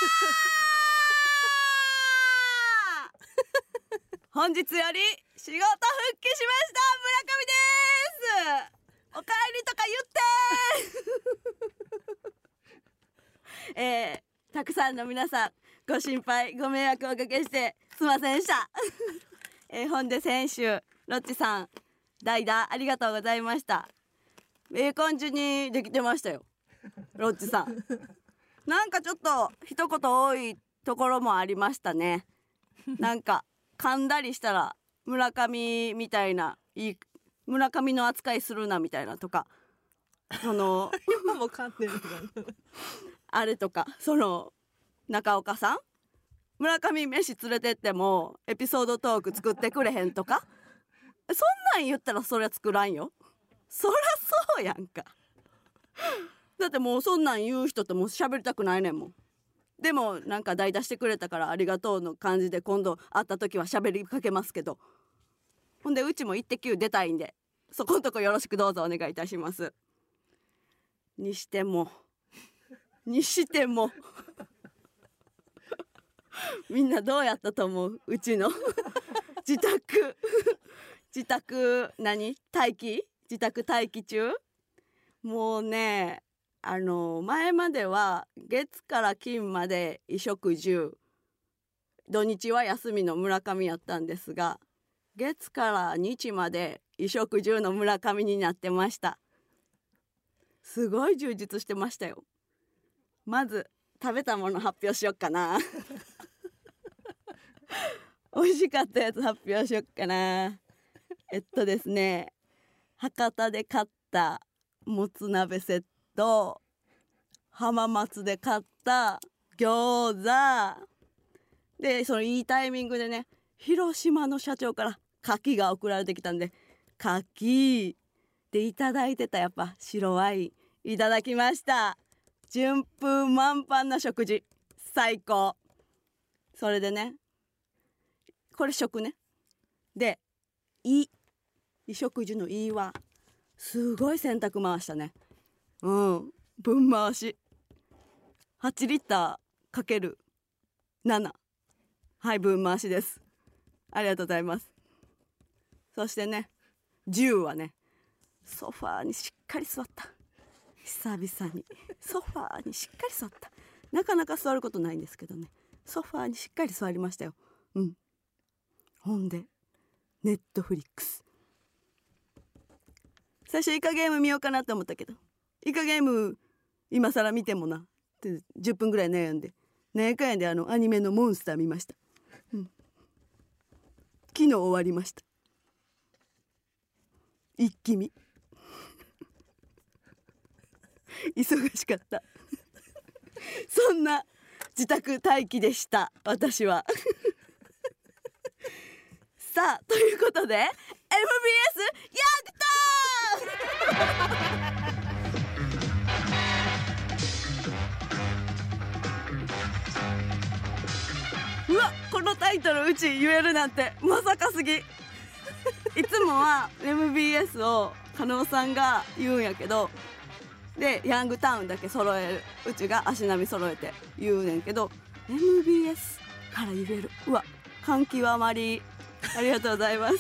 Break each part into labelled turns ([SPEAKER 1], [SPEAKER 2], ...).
[SPEAKER 1] 本日より仕事復帰しました村上です。おかえりとか言ってたくさんの皆さんご心配ご迷惑をおかけしてすいませんでしたほんで先週ロッチさん代打ありがとうございました。感じにできてましたよロッチさん。なんかちょっと一言多いところもありましたね。なんか噛んだりしたら村上みたいないい村上の扱いするなみたいなとか今も噛んでるあれとか中岡さん村上飯連れてってもエピソードトーク作ってくれへんとかそんなん言ったらそりゃ作らんよ。そりゃそうやんか。だってもうそんなん言う人ともう喋りたくないねんもん。でもなんか代打してくれたからありがとうの感じで今度会った時は喋りかけますけど、ほんでうちもイッテ Q 出たいんでそこんとこよろしくどうぞお願いいたします。にしてもみんなどうやったと思う？うちの自宅待機中。もうね前までは月から金まで衣食住土日は休みの村上やったんですが、月から日まで衣食住の村上になってました。すごい充実してましたよ。まず食べたもの発表しよっかな美味しかったやつ発表しよっかな。ですね、博多で買ったもつ鍋セット、浜松で買った餃子で、そのいいタイミングでね広島の社長から牡蠣が送られてきたんで、牡蠣でいただいてたやっぱ白ワインいただきました。順風満帆な食事最高。それでねこれ食ねで衣食住のいいはすごい洗濯回したね。分回し8リッターかける7、はい分回しです。ありがとうございます。そしてね10はねソファーにしっかり座った。久々にソファーにしっかり座った。なかなか座ることないんですけどね、ソファーにしっかり座りましたよ。ほんでネットフリックス、最初イカゲーム見ようかなと思ったけど、イカゲーム今更見てもなって10分ぐらい悩んで何回でアニメのモンスター見ました。昨日終わりました。一気見忙しかったそんな自宅待機でした私はさあということで MBS ヤングターンうわこのタイトルうち言えるなんてまさかすぎいつもは MBS を加納さんが言うんやけど、でヤングタウンだけ揃えるうちが足並み揃えて言うねんけど MBS から言える。うわ感極まりありがとうございます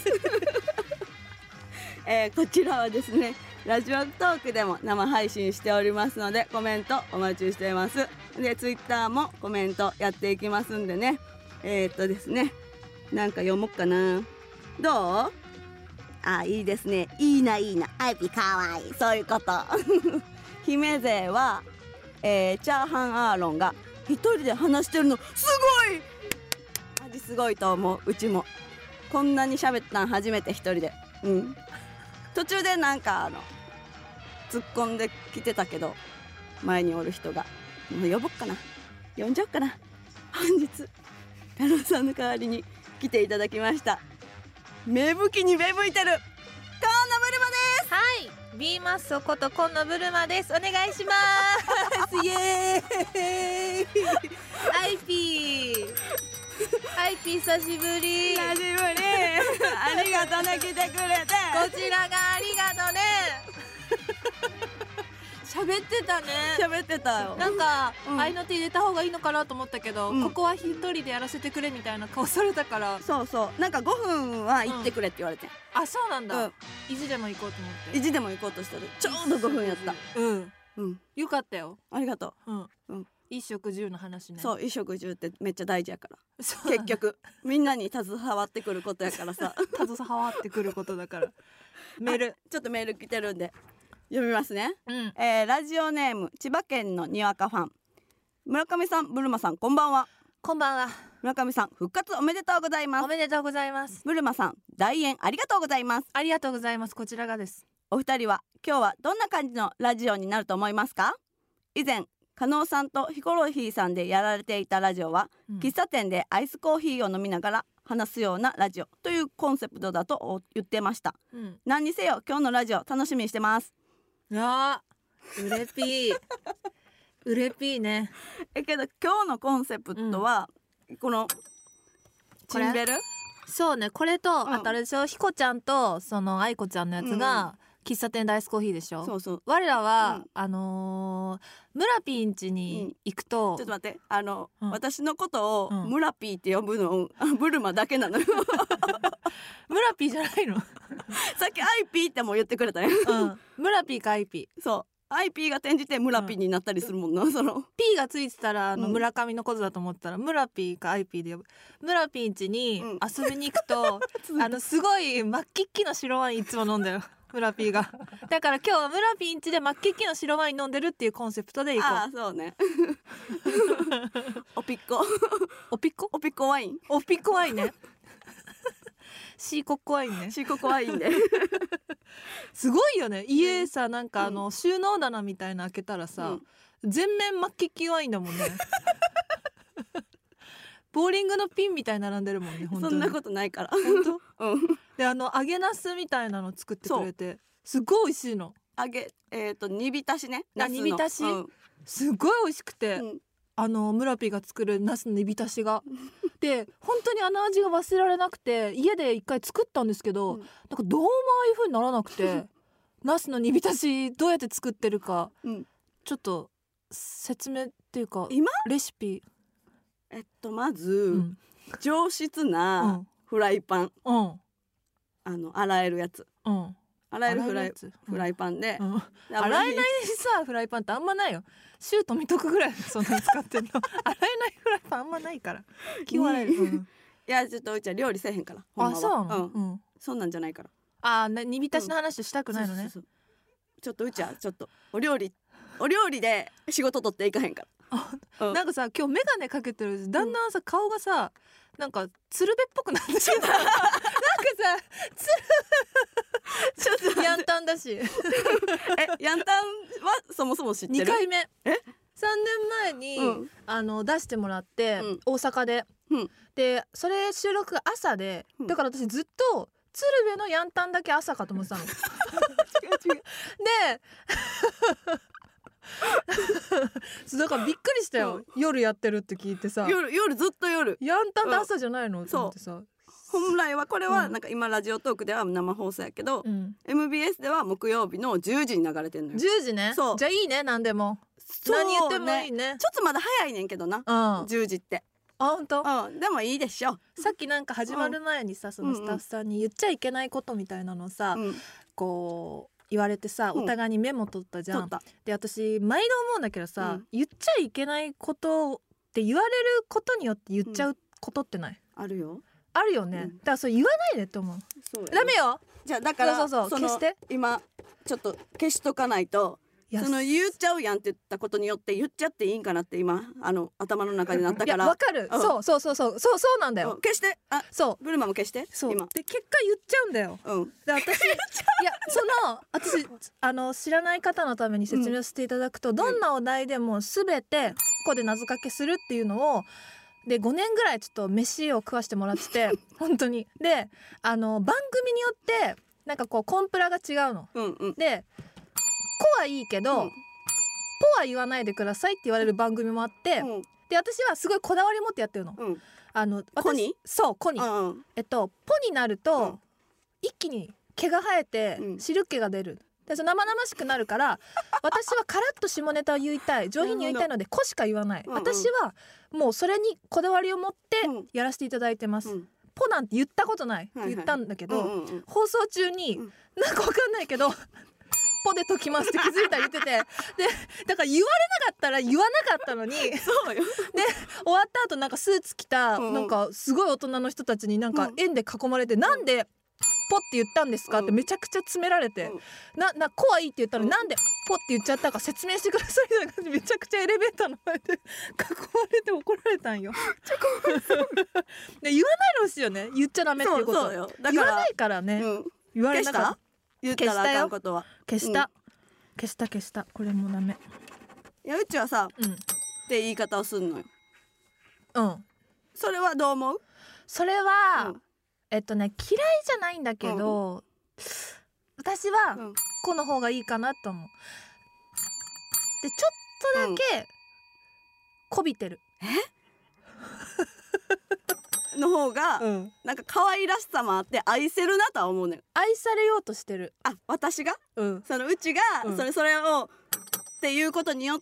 [SPEAKER 1] こちらはですねラジオトークでも生配信しておりますのでコメントお待ちしています。でツイッターもコメントやっていきますんでね、ですねなんか読もうかな。どう？いいですね。いいないいなアイピーかわいい、そういうこと姫勢は、チャーハンアーロンが一人で話してるのすごいマジすごいと思う。うちもこんなに喋ったん初めて一人で。途中でなんか突っ込んできてたけど前におる人がもう呼ぼっかな呼んじゃおっかな。本日加納さんの代わりに来ていただきました芽吹きに芽吹いてる河野ブルマです。
[SPEAKER 2] はい、ビーマッソこと今野ブルマです。お願いしますイエーイアイピー久しぶり
[SPEAKER 1] ありがとうね来てくれて。
[SPEAKER 2] こちらがありがとうね喋ってたね。
[SPEAKER 1] 喋ってたよ。
[SPEAKER 2] なんか、
[SPEAKER 1] うん
[SPEAKER 2] 合いの手入れた方がいいのかなと思ったけど、
[SPEAKER 1] うん
[SPEAKER 2] ここは一人でやらせてくれみたいな顔されたから。
[SPEAKER 1] そうそうなんか5分は行ってくれって言われて、
[SPEAKER 2] あ、そうなんだ、
[SPEAKER 1] うん
[SPEAKER 2] 意地でも行こうと思って。
[SPEAKER 1] 意地でも行こうとしたらちょうど5分やった。うん
[SPEAKER 2] よかったよ。
[SPEAKER 1] ありがと
[SPEAKER 2] うん、
[SPEAKER 1] うん
[SPEAKER 2] 衣食住の話ね。
[SPEAKER 1] う。そう衣食住ってめっちゃ大事やから
[SPEAKER 2] そう
[SPEAKER 1] 結局みんなに携わってくることやからさ
[SPEAKER 2] 携わってくることだからメール。
[SPEAKER 1] ちょっとメール来てるんで読みますね。
[SPEAKER 2] うん、
[SPEAKER 1] ラジオネーム千葉県のにわかファン。村上さんブルマさんこんばんは。
[SPEAKER 2] こんばんは。
[SPEAKER 1] 村上さん復活おめでとうございます。
[SPEAKER 2] おめでとうございます。
[SPEAKER 1] ブルマさん大演ありがとうございます。
[SPEAKER 2] ありがとうございます。こちらがです。
[SPEAKER 1] お二人は今日はどんな感じのラジオになると思いますか？以前加納さんとヒコロヒーさんでやられていたラジオは、喫茶店でアイスコーヒーを飲みながら話すようなラジオというコンセプトだと言ってました。何にせよ今日のラジオ楽しみにしてます。
[SPEAKER 2] いやー、うれぴーうれぴーね。
[SPEAKER 1] けど今日のコンセプトは、このチンベル。
[SPEAKER 2] そうね、これと、あとあれでしょ、ひこちゃんとそのあいこちゃんのやつが、喫茶店でアイスコーヒーでしょ。
[SPEAKER 1] そうそう
[SPEAKER 2] 我らは、村ピーん家に行くと、
[SPEAKER 1] ちょっと待って私のことを村ピーって呼ぶのブルマだけなのよ
[SPEAKER 2] 村ピーじゃないの
[SPEAKER 1] さっきアイピーっても言ってくれたよ、
[SPEAKER 2] 村ピーかアイピー。
[SPEAKER 1] そうアイピーが転じて村ピーになったりするもんな、その
[SPEAKER 2] ピーがついてたら村上のことだと思ったら、村ピーかアイピーで呼ぶ。村ピーん家に遊びに行くと、すごい真っ黄っきの白ワインいつも飲んだよ村ピーが。だから今日は村ピーん家で真っ黄っきの白ワイン飲んでるっていうコンセプトで行こう。
[SPEAKER 1] ああそうねおピッコ
[SPEAKER 2] おピッコ
[SPEAKER 1] おピッコワイン
[SPEAKER 2] おピッコワインねシーコッコワインね。
[SPEAKER 1] シーココワインで
[SPEAKER 2] すごいよね。家さ、なんか収納棚みたいな開けたらさ、全面真っ黄っきワインだもんねボーリングのピンみたいに並んでるもんね。本当に
[SPEAKER 1] そんなことないから
[SPEAKER 2] 本当で揚げナスみたいなの作ってくれて、すごい美味しいの。
[SPEAKER 1] 揚げ煮浸しね。
[SPEAKER 2] 煮浸し、すごい美味しくて、村ピーが作るナスの煮浸しがで本当にあの味が忘れられなくて、家で一回作ったんですけど、なんかどうもああいう風にならなくてナスの煮浸しどうやって作ってるか、ちょっと説明っていうかレシピ。
[SPEAKER 1] まず、上質なフライパン、洗えるやつ、洗えるフライパンで、
[SPEAKER 2] 洗えないさフライパンってあんまないよ。シュート見とくぐらいそんなに使ってんの洗えないフライパンあんまないから気を洗える、
[SPEAKER 1] いやちょっとうちは料理せえへんから。
[SPEAKER 2] あ、そうなの、
[SPEAKER 1] そんなんじゃないから。
[SPEAKER 2] あ、煮浸しの話したくないのね。
[SPEAKER 1] ちょっとうちはちょっとお料理で仕事取っていかへんから。
[SPEAKER 2] なんかさ、今日メガネかけてるだんだんさ、顔がさなんか鶴瓶っぽくなってきたなんかさちょっとヤンタンだし
[SPEAKER 1] ヤンタンはそもそも知ってる？
[SPEAKER 2] 2回目3年前に、出してもらって、大阪で、でそれ収録が朝で、だから私ずっと鶴瓶のヤンタンだけ朝かと思ってたの違うでだからびっくりしたよ、夜やってるって聞いてさ。
[SPEAKER 1] 夜ずっと夜
[SPEAKER 2] ヤンタンって朝じゃないの、と思ってさ。
[SPEAKER 1] 本来はこれはなんか今ラジオトークでは生放送やけど、MBS では木曜日の10時に流れてんのよ。
[SPEAKER 2] 10時ね。じゃあいいね、何でも何言ってもいいね。
[SPEAKER 1] ちょっとまだ早いねんけどな、10時って。
[SPEAKER 2] あ、本当？
[SPEAKER 1] でもいいでしょ。
[SPEAKER 2] さっきなんか始まる前にさ、そのスタッフさんに言っちゃいけないことみたいなのさ、こう言われてさ、お互いにメモ取ったじゃん。で私毎度思うんだけどさ、言っちゃいけないことって言われることによって言っちゃうことってない？
[SPEAKER 1] あるよ。
[SPEAKER 2] あるよね。だからそれ言わないでって思う。ダメよ。
[SPEAKER 1] じゃあだから
[SPEAKER 2] そう消して
[SPEAKER 1] 今ちょっと消しとかないと、その言っちゃうやんって言ったことによって言っちゃっていいんかなって今頭の中になったから。
[SPEAKER 2] わかる。そうなんだよ。
[SPEAKER 1] 消して。
[SPEAKER 2] そう
[SPEAKER 1] ブルマも消して。
[SPEAKER 2] 今で結果言っちゃうんだよ。で私知らない方のために説明していただくと、どんなお題でもすべてここで名付けするっていうのをで5年ぐらいちょっと飯を食わしてもらってて本当に。で番組によってなんかこうコンプラが違うの、で子はいいけど、ポは言わないでくださいって言われる番組もあって、で私はすごいこだわり持ってやってるの、
[SPEAKER 1] 子に？
[SPEAKER 2] そう子に、ポになると、一気に毛が生えて汁気が出るでその生々しくなるから私はカラッと下ネタを言いたい、上品に言いたいので子しか言わない、私はもうそれにこだわりを持ってやらせていただいてます、ポなんて言ったことないって言ったんだけど、放送中になんかわかんないけどポで解きますって気づいたら言ってて、でだから言われなかったら言わなかったのに
[SPEAKER 1] そうよ
[SPEAKER 2] で終わった後なんかスーツ着たなんかすごい大人の人たちになんか円で囲まれて、なんでポって言ったんですかってめちゃくちゃ詰められて、子はいいって言ったのになんでポって言っちゃったか説明してくださいみたいな感じでめちゃくちゃエレベーターの前で囲まれて怒られたんよ。で言わないのですよね、言っちゃダメっていうこと。
[SPEAKER 1] そうよだから
[SPEAKER 2] 言わないからね、言われなかった。
[SPEAKER 1] 言ったらあかんことは
[SPEAKER 2] 消したこれもダメ。
[SPEAKER 1] いやうちはさ、って言い方をすんのよ。それはどう思う？
[SPEAKER 2] それは、嫌いじゃないんだけど、私はこの方がいいかなと思う。でちょっとだけこびてる、
[SPEAKER 1] の方が、なんか可愛らしさもあって愛せるなとは思うねん。
[SPEAKER 2] 愛されようとしてる。
[SPEAKER 1] 私が、そのうちが、それをっていうことによって、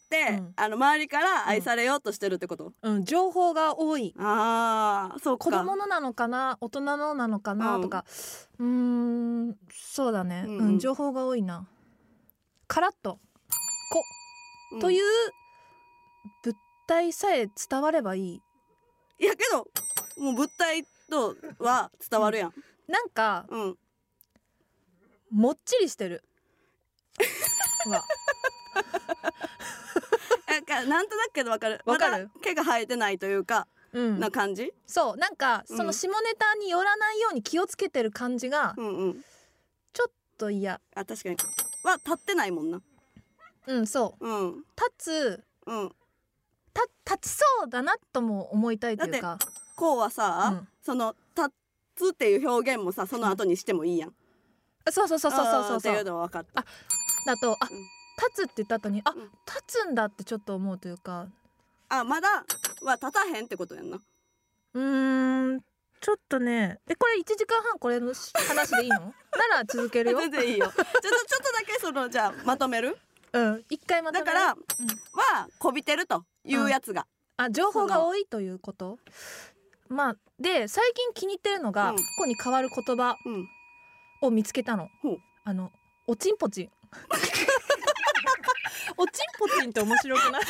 [SPEAKER 1] 周りから愛されようとしてるってこと、
[SPEAKER 2] 情報が多い。
[SPEAKER 1] そうか。
[SPEAKER 2] 子供のなのかな大人のなのかな、とかそうだね、情報が多いな。カラッとという物体さえ伝わればいい。
[SPEAKER 1] いやけどもう物体とは伝わるやん、
[SPEAKER 2] なんか、もっちりしてる
[SPEAKER 1] なんとなくけどわかるまだ毛が生えてないというか、な感じ。
[SPEAKER 2] そうなんかその下ネタによらないように気をつけてる感じが、ちょっと嫌。
[SPEAKER 1] 確かには立ってないもんな。
[SPEAKER 2] そう、立ちそうだなとも思いたいというか。
[SPEAKER 1] こうはさ、その立つっていう表現もさその後にしてもいいやん。
[SPEAKER 2] そうって
[SPEAKER 1] いうのは分かった。
[SPEAKER 2] だと立つって言った後に立つんだってちょっと思うというか、
[SPEAKER 1] まだは立たへんってことやんな。
[SPEAKER 2] ちょっとねこれ1時間半これの話でいいのなら続けるよ。
[SPEAKER 1] 全然いいよ。ちょっとだけじゃあまとめる。
[SPEAKER 2] 一回まとめる。
[SPEAKER 1] だから、はこびてるというやつが、
[SPEAKER 2] 情報が多いということ。で最近気に入ってるのが、ここに変わる言葉を見つけたの。おちんぽちんおちんぽちんって面白くない？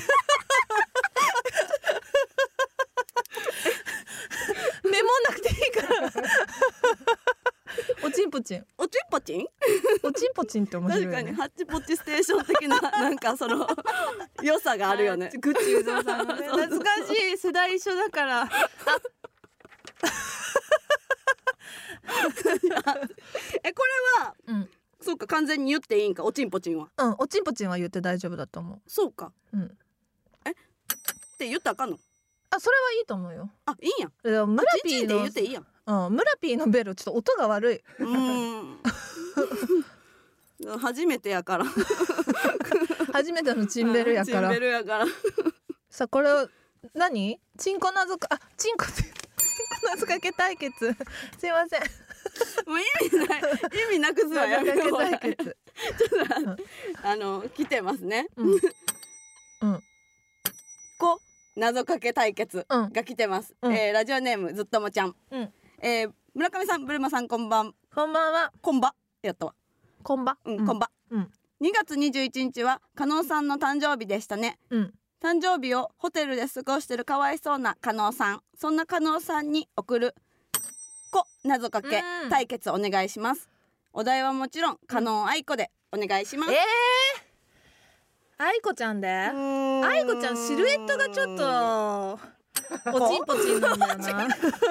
[SPEAKER 2] メモんなくていいからおちんぽちん
[SPEAKER 1] おちんぽちん
[SPEAKER 2] おちんぽちんって面白いよね。
[SPEAKER 1] 確かにハッチポッチステーション的ななんかその良さがあるよね。
[SPEAKER 2] グッチ雄三さんのね懐かしい、世代一緒だから
[SPEAKER 1] これは、そうか完全に言っていいんか。おちんぽちんは
[SPEAKER 2] おちんぽちんは言って大丈夫だと思う。
[SPEAKER 1] そうか、って言ったらあかんの？
[SPEAKER 2] それはいいと思うよ。
[SPEAKER 1] いいんやん。
[SPEAKER 2] ムラピーの
[SPEAKER 1] 言っていいやん。
[SPEAKER 2] ムラピーのベルちょっと音が悪い。
[SPEAKER 1] 初めてやから
[SPEAKER 2] 初めてのチンベルやからさあこれを何チンコ謎かチンコ謎かけ対決すいません
[SPEAKER 1] もう意味なくすわやめよう。
[SPEAKER 2] 対決
[SPEAKER 1] ちょっと来てますね。謎かけ対決が来てます。ラジオネームずっともちゃん。村上さんブルマさんこんばん。
[SPEAKER 2] こんばんは。
[SPEAKER 1] こんばやったわ。
[SPEAKER 2] こんば。
[SPEAKER 1] こんば。2月21日は加納さんの誕生日でしたね。誕生日をホテルで過ごしてるかわいそうな加納さん。そんな加納さんに送る謎かけ対決お願いします。お題はもちろん加納愛子でお願いします。
[SPEAKER 2] 愛子ちゃんで。愛子ちゃんシルエットがちょっとおちんぽちんなんだよな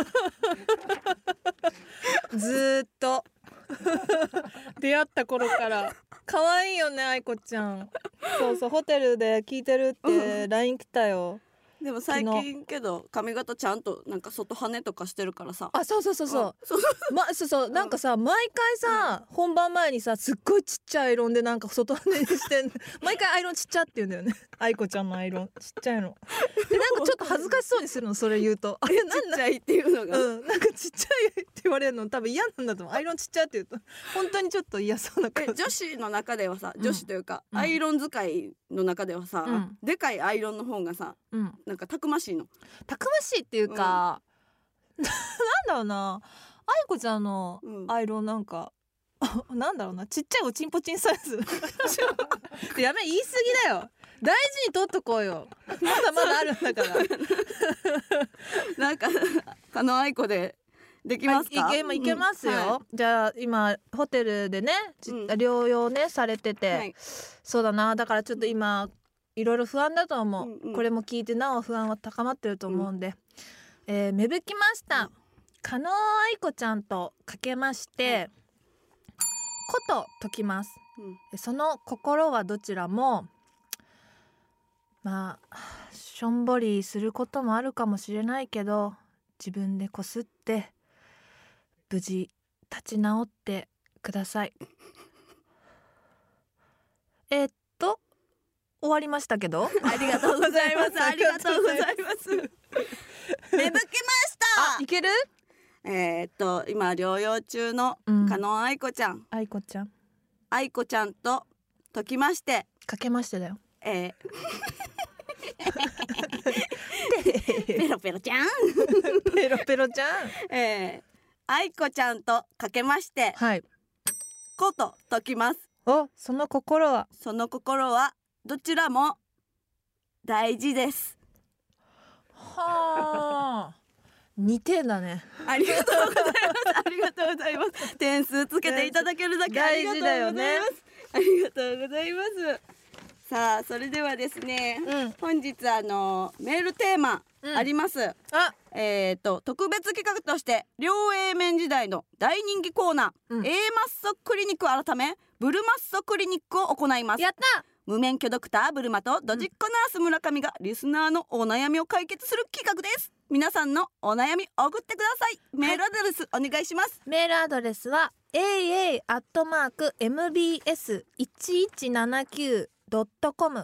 [SPEAKER 2] ずっと出会った頃から可愛いよね愛子ちゃん。そうホテルで聞いてるって LINE 来たよ。
[SPEAKER 1] でも最近けど髪型ちゃんとなんか外羽とかしてるからさ。
[SPEAKER 2] そうなんかさ毎回さ本番前にさすっごいちっちゃいアイロンでなんか外羽にしてん毎回アイロンちっちゃって言うんだよね愛子ちゃんのアイロンちっちゃいのでなんかちょっと恥ずかしそうにするのそれ言うと。あれ
[SPEAKER 1] ちっちゃいっていうのが、
[SPEAKER 2] なんかちっちゃいって言われるの多分嫌なんだと思う。アイロンちっちゃいって言うと本当にちょっと嫌そうな顔。
[SPEAKER 1] 女子の中ではさ、女子というか、
[SPEAKER 2] うん
[SPEAKER 1] アイロン使いの中ではさ、
[SPEAKER 2] うん
[SPEAKER 1] でかいアイロンの方がさ、なんかたくましいの。
[SPEAKER 2] たくましいっていうか、なんだろうな、愛子ちゃんのアイロンなんか、なんだろうな、ちっちゃいおちんぽちんサイズやめ、言い過ぎだよ。大事に取っとこうよ。まだまだあるんだから
[SPEAKER 1] なんか加納愛子でできますか？
[SPEAKER 2] いけますよ、
[SPEAKER 1] は
[SPEAKER 2] じゃあ今ホテルでね、療養ねされてて、
[SPEAKER 1] はい、
[SPEAKER 2] そうだな、だからちょっと今いろいろ不安だと思う、これも聞いてなお不安は高まってると思うんで、芽吹きました、加納愛子ちゃんとかけまして、こと解きます、その心はどちらもまあしょんぼりすることもあるかもしれないけど、自分でこすって無事立ち直ってください。終わりましたけど
[SPEAKER 1] ありがとうございますありがとうございます芽吹きました
[SPEAKER 2] いける？
[SPEAKER 1] 今療養中の加納愛子ちゃん、
[SPEAKER 2] 愛子ちゃん
[SPEAKER 1] と解きまして
[SPEAKER 2] かけましてだよ
[SPEAKER 1] ペロペロちゃん
[SPEAKER 2] ペロペロちゃん
[SPEAKER 1] 愛子ちゃんとかけまして、
[SPEAKER 2] はい、
[SPEAKER 1] こと解きます。
[SPEAKER 2] その心は
[SPEAKER 1] どちらも大事です。
[SPEAKER 2] はあ似てんだね。
[SPEAKER 1] ありがとうございますありがとうございます。点数つけていただけるだけありがとうございます。ありがとうございます。さあそれではですね、本日メールテーマあります、特別企画として両 A 面時代の大人気コーナー、A マッソクリニック改めブルマッソクリニックを行います。
[SPEAKER 2] やった。
[SPEAKER 1] 無免許ドクターブルマとドジっ子ナース村上がリスナーのお悩みを解決する企画です。皆さんのお悩み送ってください。メールアドレスお願いします。
[SPEAKER 2] メールアドレスは aa@mbs1179.com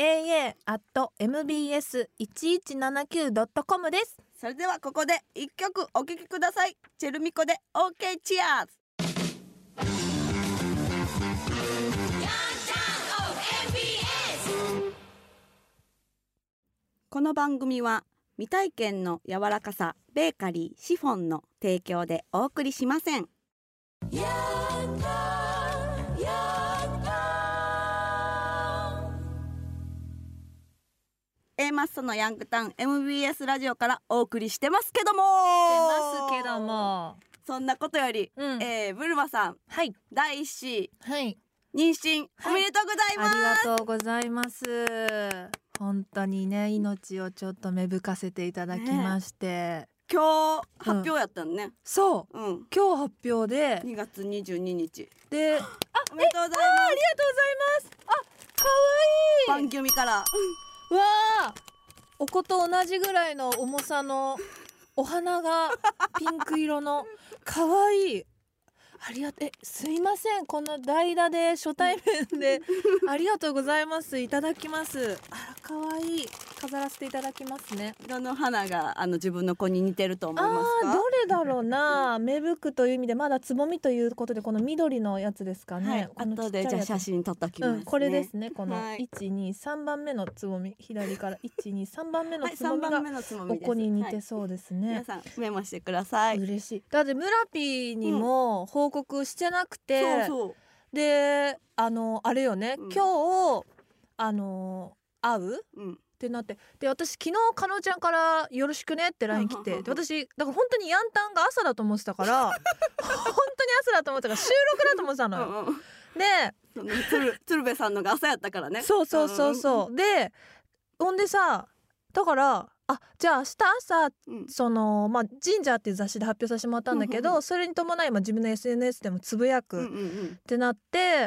[SPEAKER 2] aa@mbs1179.com です。
[SPEAKER 1] それではここで一曲お聴きください。チェルミコで OK チアーズ。この番組は未体験の柔らかさベーカリーシフォンの提供でお送りしません。A マッソのヤングタウン MBS ラジオからお送りしてますけどもそんなことより、ブルマさん、第一子、妊娠、おめでとうございます。
[SPEAKER 2] ありがとうございます。本当にね、命をちょっと芽吹かせていただきまして、
[SPEAKER 1] 今日発表やったのね。
[SPEAKER 2] そう、今日発表で
[SPEAKER 1] 2月22日
[SPEAKER 2] で、
[SPEAKER 1] おめでとうございます。ありがとうございます。
[SPEAKER 2] かわいい。
[SPEAKER 1] 番組から
[SPEAKER 2] わあ、お子と同じぐらいの重さのお花がピンク色のかわいい。ありがとう。すいません、この代打で初対面でありがとうございます。いただきます。あら、かわいい。飾らせていただきますね。
[SPEAKER 1] どの花が自分の子に似てると思いますか？
[SPEAKER 2] どれだろうな。芽吹くという意味でまだつぼみということでこの緑のやつですかね。
[SPEAKER 1] 後でじゃあ写真撮っときますね。
[SPEAKER 2] これですね。この123番目のつぼみ、左から123番目のつぼみがお子に似てそうですね。
[SPEAKER 1] 皆さんメモしてください。
[SPEAKER 2] 嬉しい。だって村ピーにも報告してなくて、であれよね、今日会う、ってなって、で私昨日加納ちゃんからよろしくねって LINE 来て、で私だから本当にヤンタンが朝だと思ってたから本当に朝だと思ってたから収録だと思ってたのよ。で
[SPEAKER 1] 鶴瓶さんのが朝やったからね。
[SPEAKER 2] そうで、ほんでさ、だからじゃあ明日朝、神社っていう雑誌で発表させてもらったんだけど、それに伴い自分の SNS でもつぶやくってなって、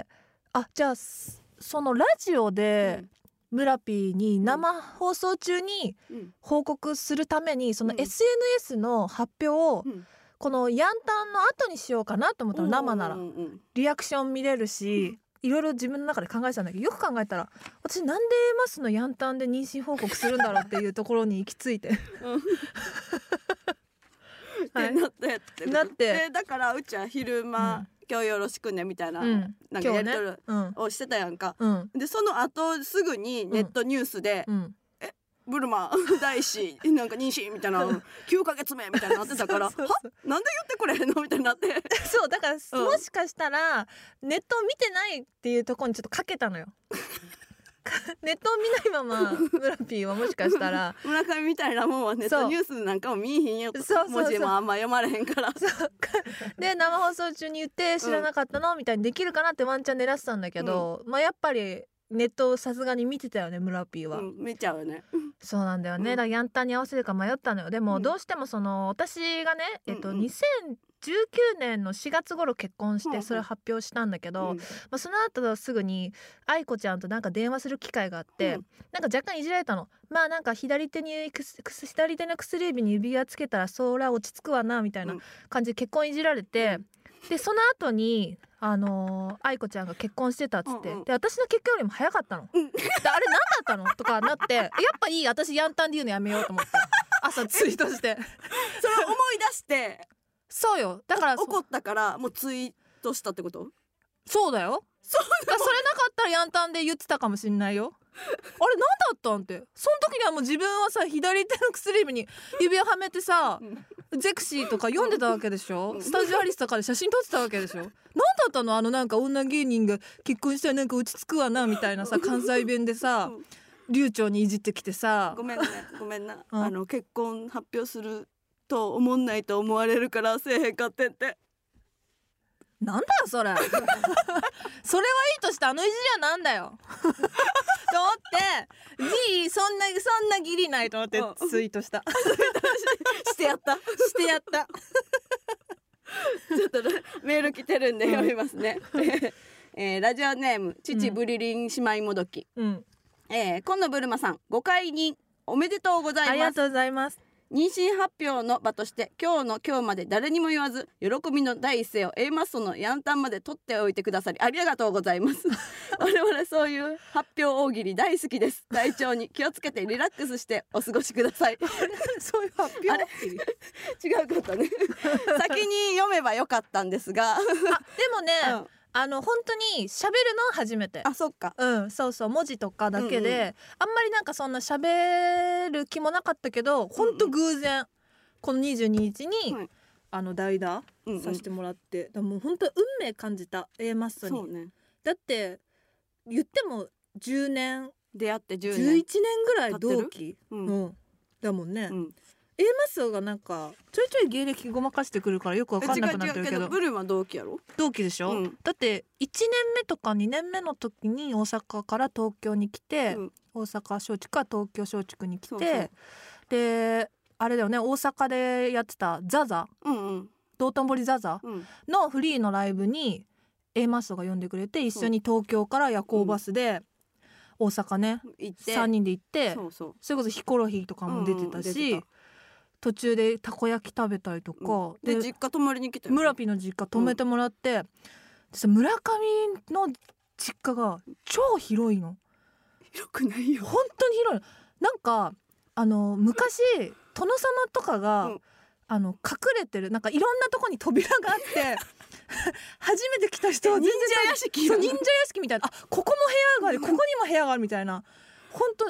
[SPEAKER 2] じゃあそのラジオで、村ピーに生放送中に報告するためにその SNS の発表をこのヤンタンの後にしようかなと思ったの。生ならリアクション見れるし、 いろいろ自分の中で考えてたんだけど、よく考えたら私なんで A マスのヤンタンで妊娠報告するんだろうっていうところに行き着いて
[SPEAKER 1] ってなってって
[SPEAKER 2] なって
[SPEAKER 1] でだからうちは昼間、今日よろしくねみたいな、なんかやり取りをしてたやんか、でその後すぐにネットニュースで、ブルマ大師なんか妊娠みたいな9ヶ月目みたいになってたからはなんで言ってくれへんのみたいになって
[SPEAKER 2] そうだから、もしかしたらネットを見てないっていうところにちょっとかけたのよネットを見ないまま村ピーはもしかしたら
[SPEAKER 1] 村上みたいなもんはネットニュースなんかも見えへんよ、文字もあんま読まれへんから
[SPEAKER 2] で生放送中に言って知らなかったの、みたいにできるかなってワンチャン狙ってたんだけど、やっぱりネットをさすがに見てたよね村ピーは、
[SPEAKER 1] 見ちゃうよね
[SPEAKER 2] そうなんだよね、だからヤンタンに合わせるか迷ったのよ。でもどうしてもその私がね、2019年の4月頃結婚してそれを発表したんだけど、その後すぐに愛子ちゃんとなんか電話する機会があって、なんか若干いじられたの。なんか左手の薬指に指輪つけたらそりゃ落ち着くわなみたいな感じで結婚いじられて、でその後に愛子ちゃんが結婚してたっつって、で私の結婚よりも早かったの、であれ何だったのとかなってやっぱいい私ヤンタンで言うのやめようと思って朝ツイートして
[SPEAKER 1] それを思い出して
[SPEAKER 2] そうよ、だから
[SPEAKER 1] 怒ったからもうツイートしたってこと？
[SPEAKER 2] そうだよ、それなかったらヤンタンで言ってたかもしんないよあれ何だったんって、その時にはもう自分はさ左手の薬指に指輪はめてさゼクシーとか読んでたわけでしょスタジオアリスとかで写真撮ってたわけでしょ何だったのなんか女芸人が結婚したらなんか落ち着くわなみたいなさ関西弁でさ流暢にいじってきてさ、
[SPEAKER 1] ごめんな結婚発表すると思んないと思われるからせえへんかってんって
[SPEAKER 2] なんだよそれそれはいいとしてあのいじりはなんだよと思ってそんな義理ないと思ってツイートした
[SPEAKER 1] してやったちょっとメール来てるんで読みますね、ラジオネーム父ブリリン姉妹もどき、今野ブルマさんご解任おめでとうございます。
[SPEAKER 2] ありがとうございます。
[SPEAKER 1] 妊娠発表の場として今日まで誰にも言わず喜びの第一声を A マッソのヤンタンまで取っておいてくださりありがとうございます我々そういう発表大喜利大好きです。体調に気をつけてリラックスしてお過ごしください
[SPEAKER 2] そういう発表
[SPEAKER 1] あれ違うかったね先に読めばよかったんですが
[SPEAKER 2] でもね、本当に喋るのは初めて。
[SPEAKER 1] そっか。
[SPEAKER 2] そう文字とかだけで、あんまりなんかそんな喋る気もなかったけど、本当偶然この22日に、代打させてもらって、だもう本当運命感じた A マッソに。そうね。だって言っても10年
[SPEAKER 1] 出会って10年
[SPEAKER 2] 11年ぐらい同期、だもんね。A マッソがなんかちょいちょい芸歴ごまかしてくるからよくわかんなくなってるけど、
[SPEAKER 1] ブルーは同期やろ？
[SPEAKER 2] 同期でしょ、だって1年目とか2年目の時に大阪から東京に来て、大阪松竹から東京松竹に来て、であれだよね、大阪でやってたザザ、道頓堀ザザのフリーのライブに A マッソが呼んでくれて、一緒に東京から夜行バスで大阪ね、3人で行って、それこそヒコロヒーとかも出てたし、途中でたこ焼き食べたりとか、
[SPEAKER 1] で実家泊まりに来たよ、
[SPEAKER 2] 村ピの実家泊めてもらって、村上の実家が超広いの。
[SPEAKER 1] 広くないよ、
[SPEAKER 2] 本当に広いの。なんか昔殿様とかが、隠れてるなんかいろんなとこに扉があって初めて来た人は
[SPEAKER 1] 忍者屋敷
[SPEAKER 2] 忍者屋敷みたいな、ここも部屋がある、ここにも部屋があるみたいな、本当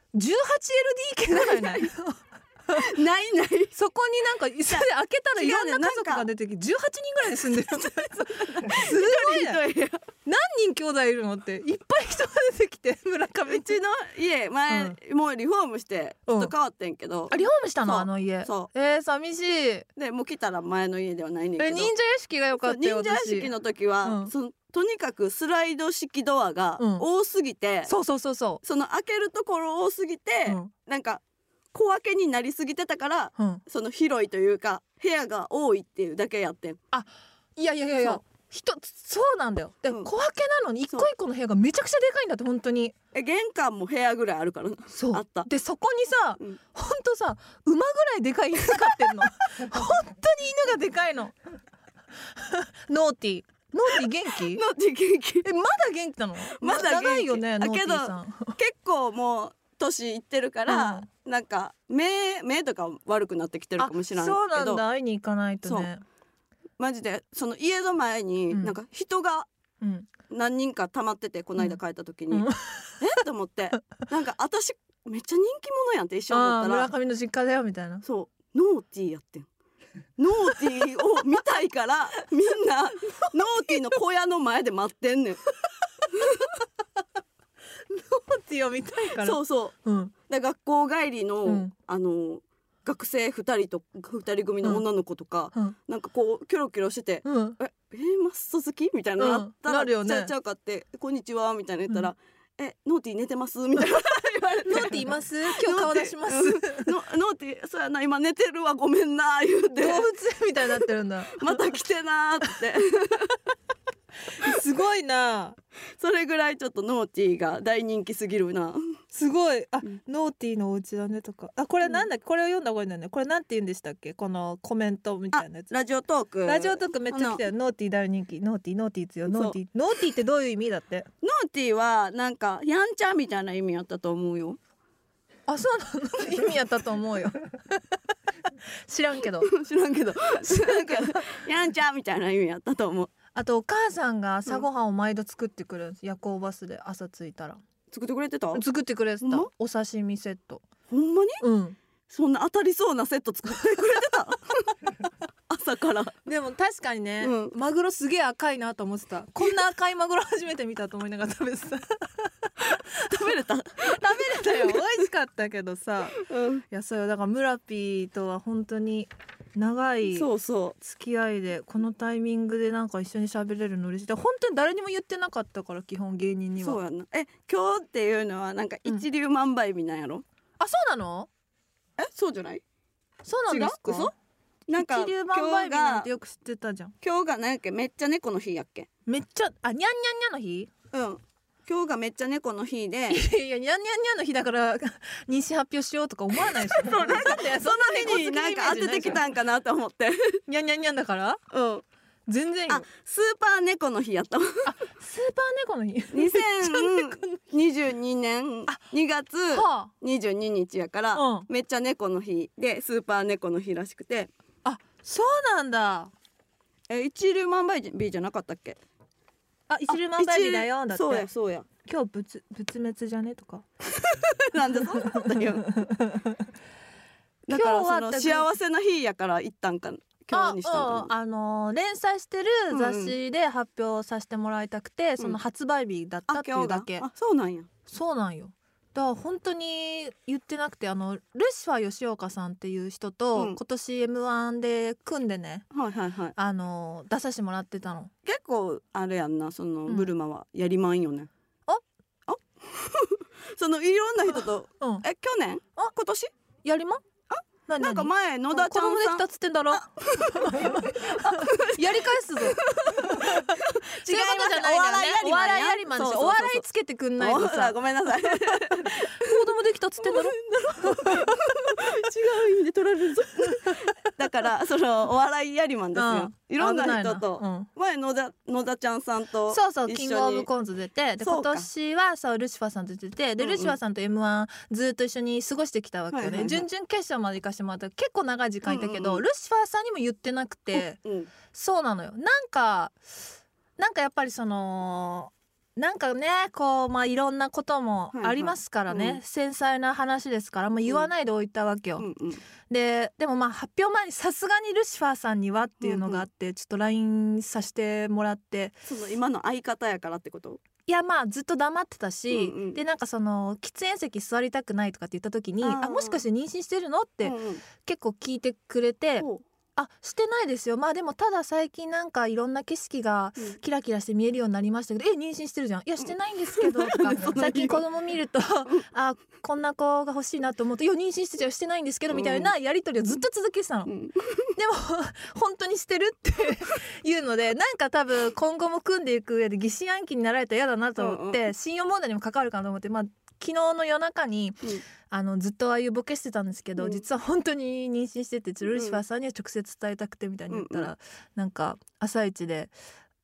[SPEAKER 2] 18LDK ぐらいない
[SPEAKER 1] ない
[SPEAKER 2] そこになんかそれ開けたらいろんな家族が出てきて18人ぐらいで住んでるすごいね、何人兄弟いるのっていっぱい人が出てきて、村上
[SPEAKER 1] うちの家前、もうリフォームしてちょっと変わってんけど、
[SPEAKER 2] リフォームしたのあの家。そう寂しい
[SPEAKER 1] でもう来たら前の家ではないねんけど、
[SPEAKER 2] 忍者屋敷が良かったよ。
[SPEAKER 1] 忍者屋敷の時は、とにかくスライド式ドアが多すぎて、
[SPEAKER 2] そうそ
[SPEAKER 1] の開けるところ多すぎて、なんか小分けになりすぎてたから、その広いというか部屋が多いっていうだけやってん。
[SPEAKER 2] いやそうなんだよ。で、小分けなのに一個一個の部屋がめちゃくちゃでかいんだって。本当に
[SPEAKER 1] 玄関も部屋ぐらいあるからあった。
[SPEAKER 2] でそこにさ、ほんとさ馬ぐらいでかい犬飼ってんの本当に犬がでかいのノーティノーティー元気？
[SPEAKER 1] ノーティー元気。
[SPEAKER 2] まだ元気なの？
[SPEAKER 1] まだ元気
[SPEAKER 2] 長いよね、ノーティーさん。
[SPEAKER 1] 結構もう年いってるから、なんか目とか悪くなってきてるかもしれないけど。
[SPEAKER 2] そうなんだ、会いに行かないとね。
[SPEAKER 1] マジでその家の前になんか人が何人か溜まってて、この間帰った時に、と思って、なんか私めっちゃ人気者やんって一瞬思ったら、
[SPEAKER 2] 村上の実家だよみたいな。
[SPEAKER 1] そうノーティーやってん。ノーティーを見たいからみんなノーティーの小屋の前で待ってんねん。ノ
[SPEAKER 2] ーティーを見たいから。そう
[SPEAKER 1] そう、で学校帰りの、学生2人組の女の子とか、なんかこうキョロキョロしてて、マッソ好きみたいななったら、ちゃうかってこんにちはみたいな言ったら、ノーティー寝てますみたいな言われて、
[SPEAKER 2] ノーティーいます今日顔出します、
[SPEAKER 1] ノーティーそうやな今寝てるわごめんな言うて、
[SPEAKER 2] 動物みたいになってるんだ。
[SPEAKER 1] また来てなって
[SPEAKER 2] すごいな。
[SPEAKER 1] それぐらいちょっとノーティーが大人気すぎるな。
[SPEAKER 2] すごい。ノーティーのお家だねとか、これなんだっけ、これを読んだ方がいいんだよね。これなんて言うんでしたっけ、このコメントみたいなやつ。
[SPEAKER 1] ラジオトーク
[SPEAKER 2] めっちゃ来たよ。ノーティー大人気、ノーティー強い、ノーティーってどういう意味だって。
[SPEAKER 1] ノーティーはなんかやんちゃみたいな意味やったと思うよ。
[SPEAKER 2] そうなの？意味やったと思うよ。知らんけど
[SPEAKER 1] やんちゃみたいな意味やったと思う。
[SPEAKER 2] あとお母さんが朝ごはんを毎度作ってくるんです、夜行バスで朝着いたら。
[SPEAKER 1] 作ってくれてた？
[SPEAKER 2] 作ってくれてた。お刺身セット。
[SPEAKER 1] ほんまに？そんな当たりそうなセット作ってくれてた？朝から。で
[SPEAKER 2] も確かにね、マグロすげえ赤いなと思ってた。こんな赤いマグロ初めて見たと思いながら食べてた。
[SPEAKER 1] 食べれたよ。
[SPEAKER 2] 美味しかったけどさ、いやそうよ、だから村ピーとは本当に長い付き合いで、このタイミングでなんか一緒に喋れるの嬉しい。本当に誰にも言ってなかったから、基本芸人には。
[SPEAKER 1] そうやな。今日っていうのはなんか一粒万倍日なんやろ？
[SPEAKER 2] そうなの？
[SPEAKER 1] そうじゃない？
[SPEAKER 2] そうなんですか？
[SPEAKER 1] 嘘？なんか
[SPEAKER 2] 一粒万倍日なんてよく知ってたじゃん。
[SPEAKER 1] 今日がなんやっけ、めっちゃ猫の日やっけ？
[SPEAKER 2] めっちゃにゃんにゃんにゃの日？
[SPEAKER 1] 今日がめっちゃ猫の日で、
[SPEAKER 2] いやにゃんにゃんにゃの日だから妊娠発表しようとか思わないでしょ。
[SPEAKER 1] その日になんか当ててきたんかなと思って。
[SPEAKER 2] にゃんにゃんにゃんだから？全然よ。
[SPEAKER 1] スーパー猫の日やった。
[SPEAKER 2] スーパー猫の日。
[SPEAKER 1] 2022年2月22日やから、めっちゃ猫の日でスーパー猫の日らしくて。
[SPEAKER 2] そうなんだ。
[SPEAKER 1] 一粒万倍日じゃなかったっけ？
[SPEAKER 2] 一粒万倍日だよだって。
[SPEAKER 1] そうや。
[SPEAKER 2] 今日仏滅じゃねとか。
[SPEAKER 1] なんでそんなこと言う？だからその幸せな日やから一旦か今日にした
[SPEAKER 2] の。連載してる雑誌で発表させてもらいたくて、その発売日だったっていうだけ。
[SPEAKER 1] そうなんや。
[SPEAKER 2] そうなんよ。だから本当に言ってなくて、ルシファー吉岡さんっていう人と、今年 M1 で組んでね、出させてもらってたの。
[SPEAKER 1] 結構あれやんな、そのブルマはやりまんよね。そのいろんな人と、去年？今年？
[SPEAKER 2] やりまん？
[SPEAKER 1] なんか前野田ちゃんさん
[SPEAKER 2] 子供できたっつってんだろ。やり返すぞ。違うことじゃないんだよね。お笑いやりまんでしょ。お笑いつけてくんないとさ。
[SPEAKER 1] ごめんなさい。子
[SPEAKER 2] 供できたっつってんだろ。
[SPEAKER 1] 違う意味で取られるぞ。だからそのお笑いやりまんですよ。いろんな人と、前野田ちゃんさんと
[SPEAKER 2] そうキングオブコント出て、で今年はルシファーさんと出て、でルシファーさんと M1 ずっと一緒に過ごしてきたわけよね。準々決勝まで行かしてもらった。結構長い時間いたけど、ルシファーさんにも言ってなくて、そうなのよ。なんかやっぱりそのなんかね、こういろんなこともありますからね、繊細な話ですから、言わないでおいたわけよ。でも発表前にさすがにルシファーさんにはっていうのがあって、ちょっと LINE させてもらって。
[SPEAKER 1] その今の相方やからってこと？
[SPEAKER 2] いやずっと黙ってたし、でなんかその喫煙席座りたくないとかって言った時に、もしかして妊娠してるのって結構聞いてくれて、してないですよ。でもただ最近なんかいろんな景色がキラキラして見えるようになりましたけど、妊娠してるじゃん。いやしてないんですけどとか最近子供見るとこんな子が欲しいなと思って、いや妊娠してちゃしてないんですけどみたいなやり取りをずっと続けてたの。でも本当にしてるっていうので、なんか多分今後も組んでいく上で疑心暗鬼になられたら嫌だなと思って、信用問題にも関わるかなと思って、昨日の夜中に、ずっとああいうボケしてたんですけど、実は本当に妊娠してて、ルシファーさんには直接伝えたくてみたいに言ったら、なんか朝一で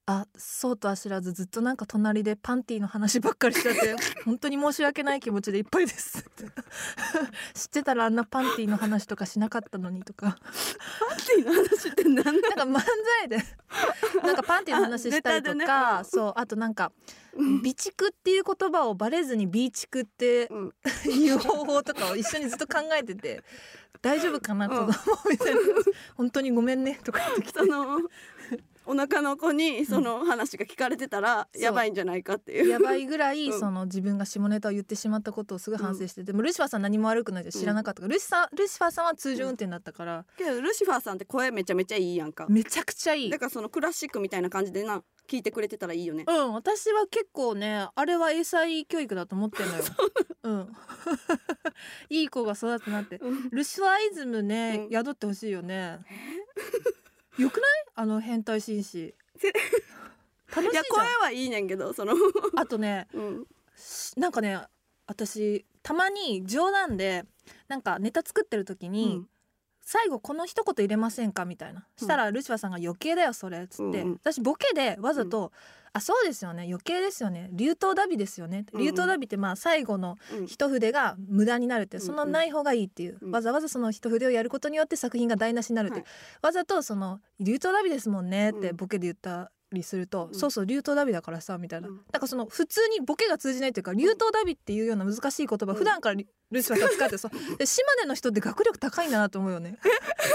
[SPEAKER 2] そうとは知らずずっとなんか隣でパンティの話ばっかりしちゃって本当に申し訳ない気持ちでいっぱいです知ってたらあんなパンティの話とかしなかったのにとか
[SPEAKER 1] パンティの話って何だ
[SPEAKER 2] なんか漫才でなんかパンティの話したりとか、
[SPEAKER 1] ね、
[SPEAKER 2] そうあとなんか備蓄っていう言葉をバレずに備蓄っていう方法とかを一緒にずっと考えてて大丈夫かな子供みたいな本当にごめんねとか言ってきて
[SPEAKER 1] お腹の子にその話が聞かれてたらやばいんじゃないかっていう、
[SPEAKER 2] やばいぐらいその自分が下ネタを言ってしまったことをすぐ反省してて、もルシファーさん何も悪くないって知らなかったから、ルシファーさんは通常運転だったから、
[SPEAKER 1] けどルシファーさんって声めちゃめちゃいいやんか。
[SPEAKER 2] めちゃくちゃいい。
[SPEAKER 1] だからそのクラシックみたいな感じで聞いてくれてたらいいよね。
[SPEAKER 2] 私は結構ねあれは英才教育だと思ってんのよいい子が育つなって、ルシファーイズムね、宿ってほしいよね。よくない変態紳士楽しいじゃん。いや
[SPEAKER 1] 声はいいねんけど
[SPEAKER 2] あとね、なんかね私たまに冗談でなんかネタ作ってる時に、最後この一言入れませんかみたいな、したらルシファーさんが余計だよそれっつって、私ボケでわざと、そうですよね余計ですよね流頭ダビですよね、流頭ダビってまあ最後の一筆が無駄になるって、そのない方がいいっていう、わざわざその一筆をやることによって作品が台無しになるって、わざとその流頭ダビですもんねってボケで言ったりすると、そうそう流頭ダビだからさみたいな、なんかその普通にボケが通じないっていうか、流頭ダビっていうような難しい言葉、普段からルシファーさん使ってさで島根の人って学力高いんだなと思うよね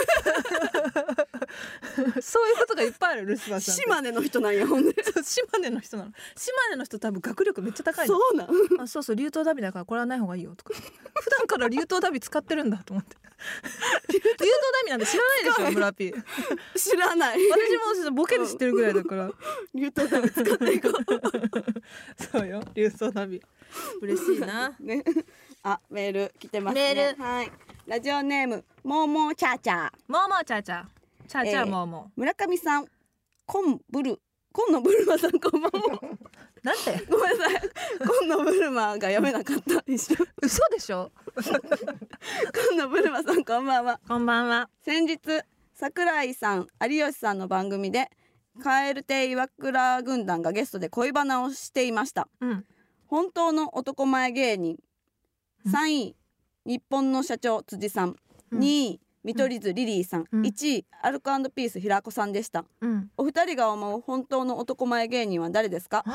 [SPEAKER 2] そういうことがいっぱいあるルシファーさん。
[SPEAKER 1] 島根の人なんやほんで
[SPEAKER 2] 島根の人なの。島根の人多分学力めっちゃ高いの。
[SPEAKER 1] そうなん
[SPEAKER 2] そうそう流頭ダビだからこれはない方がいいよとか普段から流頭ダビ使ってるんだと思って流頭ダビなんて知らないでしょ村ピー。
[SPEAKER 1] 知らない。
[SPEAKER 2] 私もボケで知ってるぐらいだから
[SPEAKER 1] 流頭ダビ使っていこう
[SPEAKER 2] そうよ流頭ダビ嬉しいな
[SPEAKER 1] ね。メール来てますね。
[SPEAKER 2] メール、
[SPEAKER 1] はい、ラジオネームもーもーチャーチャー
[SPEAKER 2] もーもーチャーチャーチャーチャーもーも
[SPEAKER 1] ー、村上さんコンのブルマさんこんばんは
[SPEAKER 2] なんて
[SPEAKER 1] ごめんなさいコンのブルマが読めなかった一瞬
[SPEAKER 2] 嘘でしょ
[SPEAKER 1] コンのブルマさんこんばんは。
[SPEAKER 2] こんばんは。
[SPEAKER 1] 先日桜井さん有吉さんの番組で蛙亭岩倉軍団がゲストで恋バナをしていました。本当の男前芸人、3位日本の社長辻さん、2位見取り図リリーさん、1位アルコ&ピース平子さんでした。お二人が思う本当の男前芸人は誰ですか？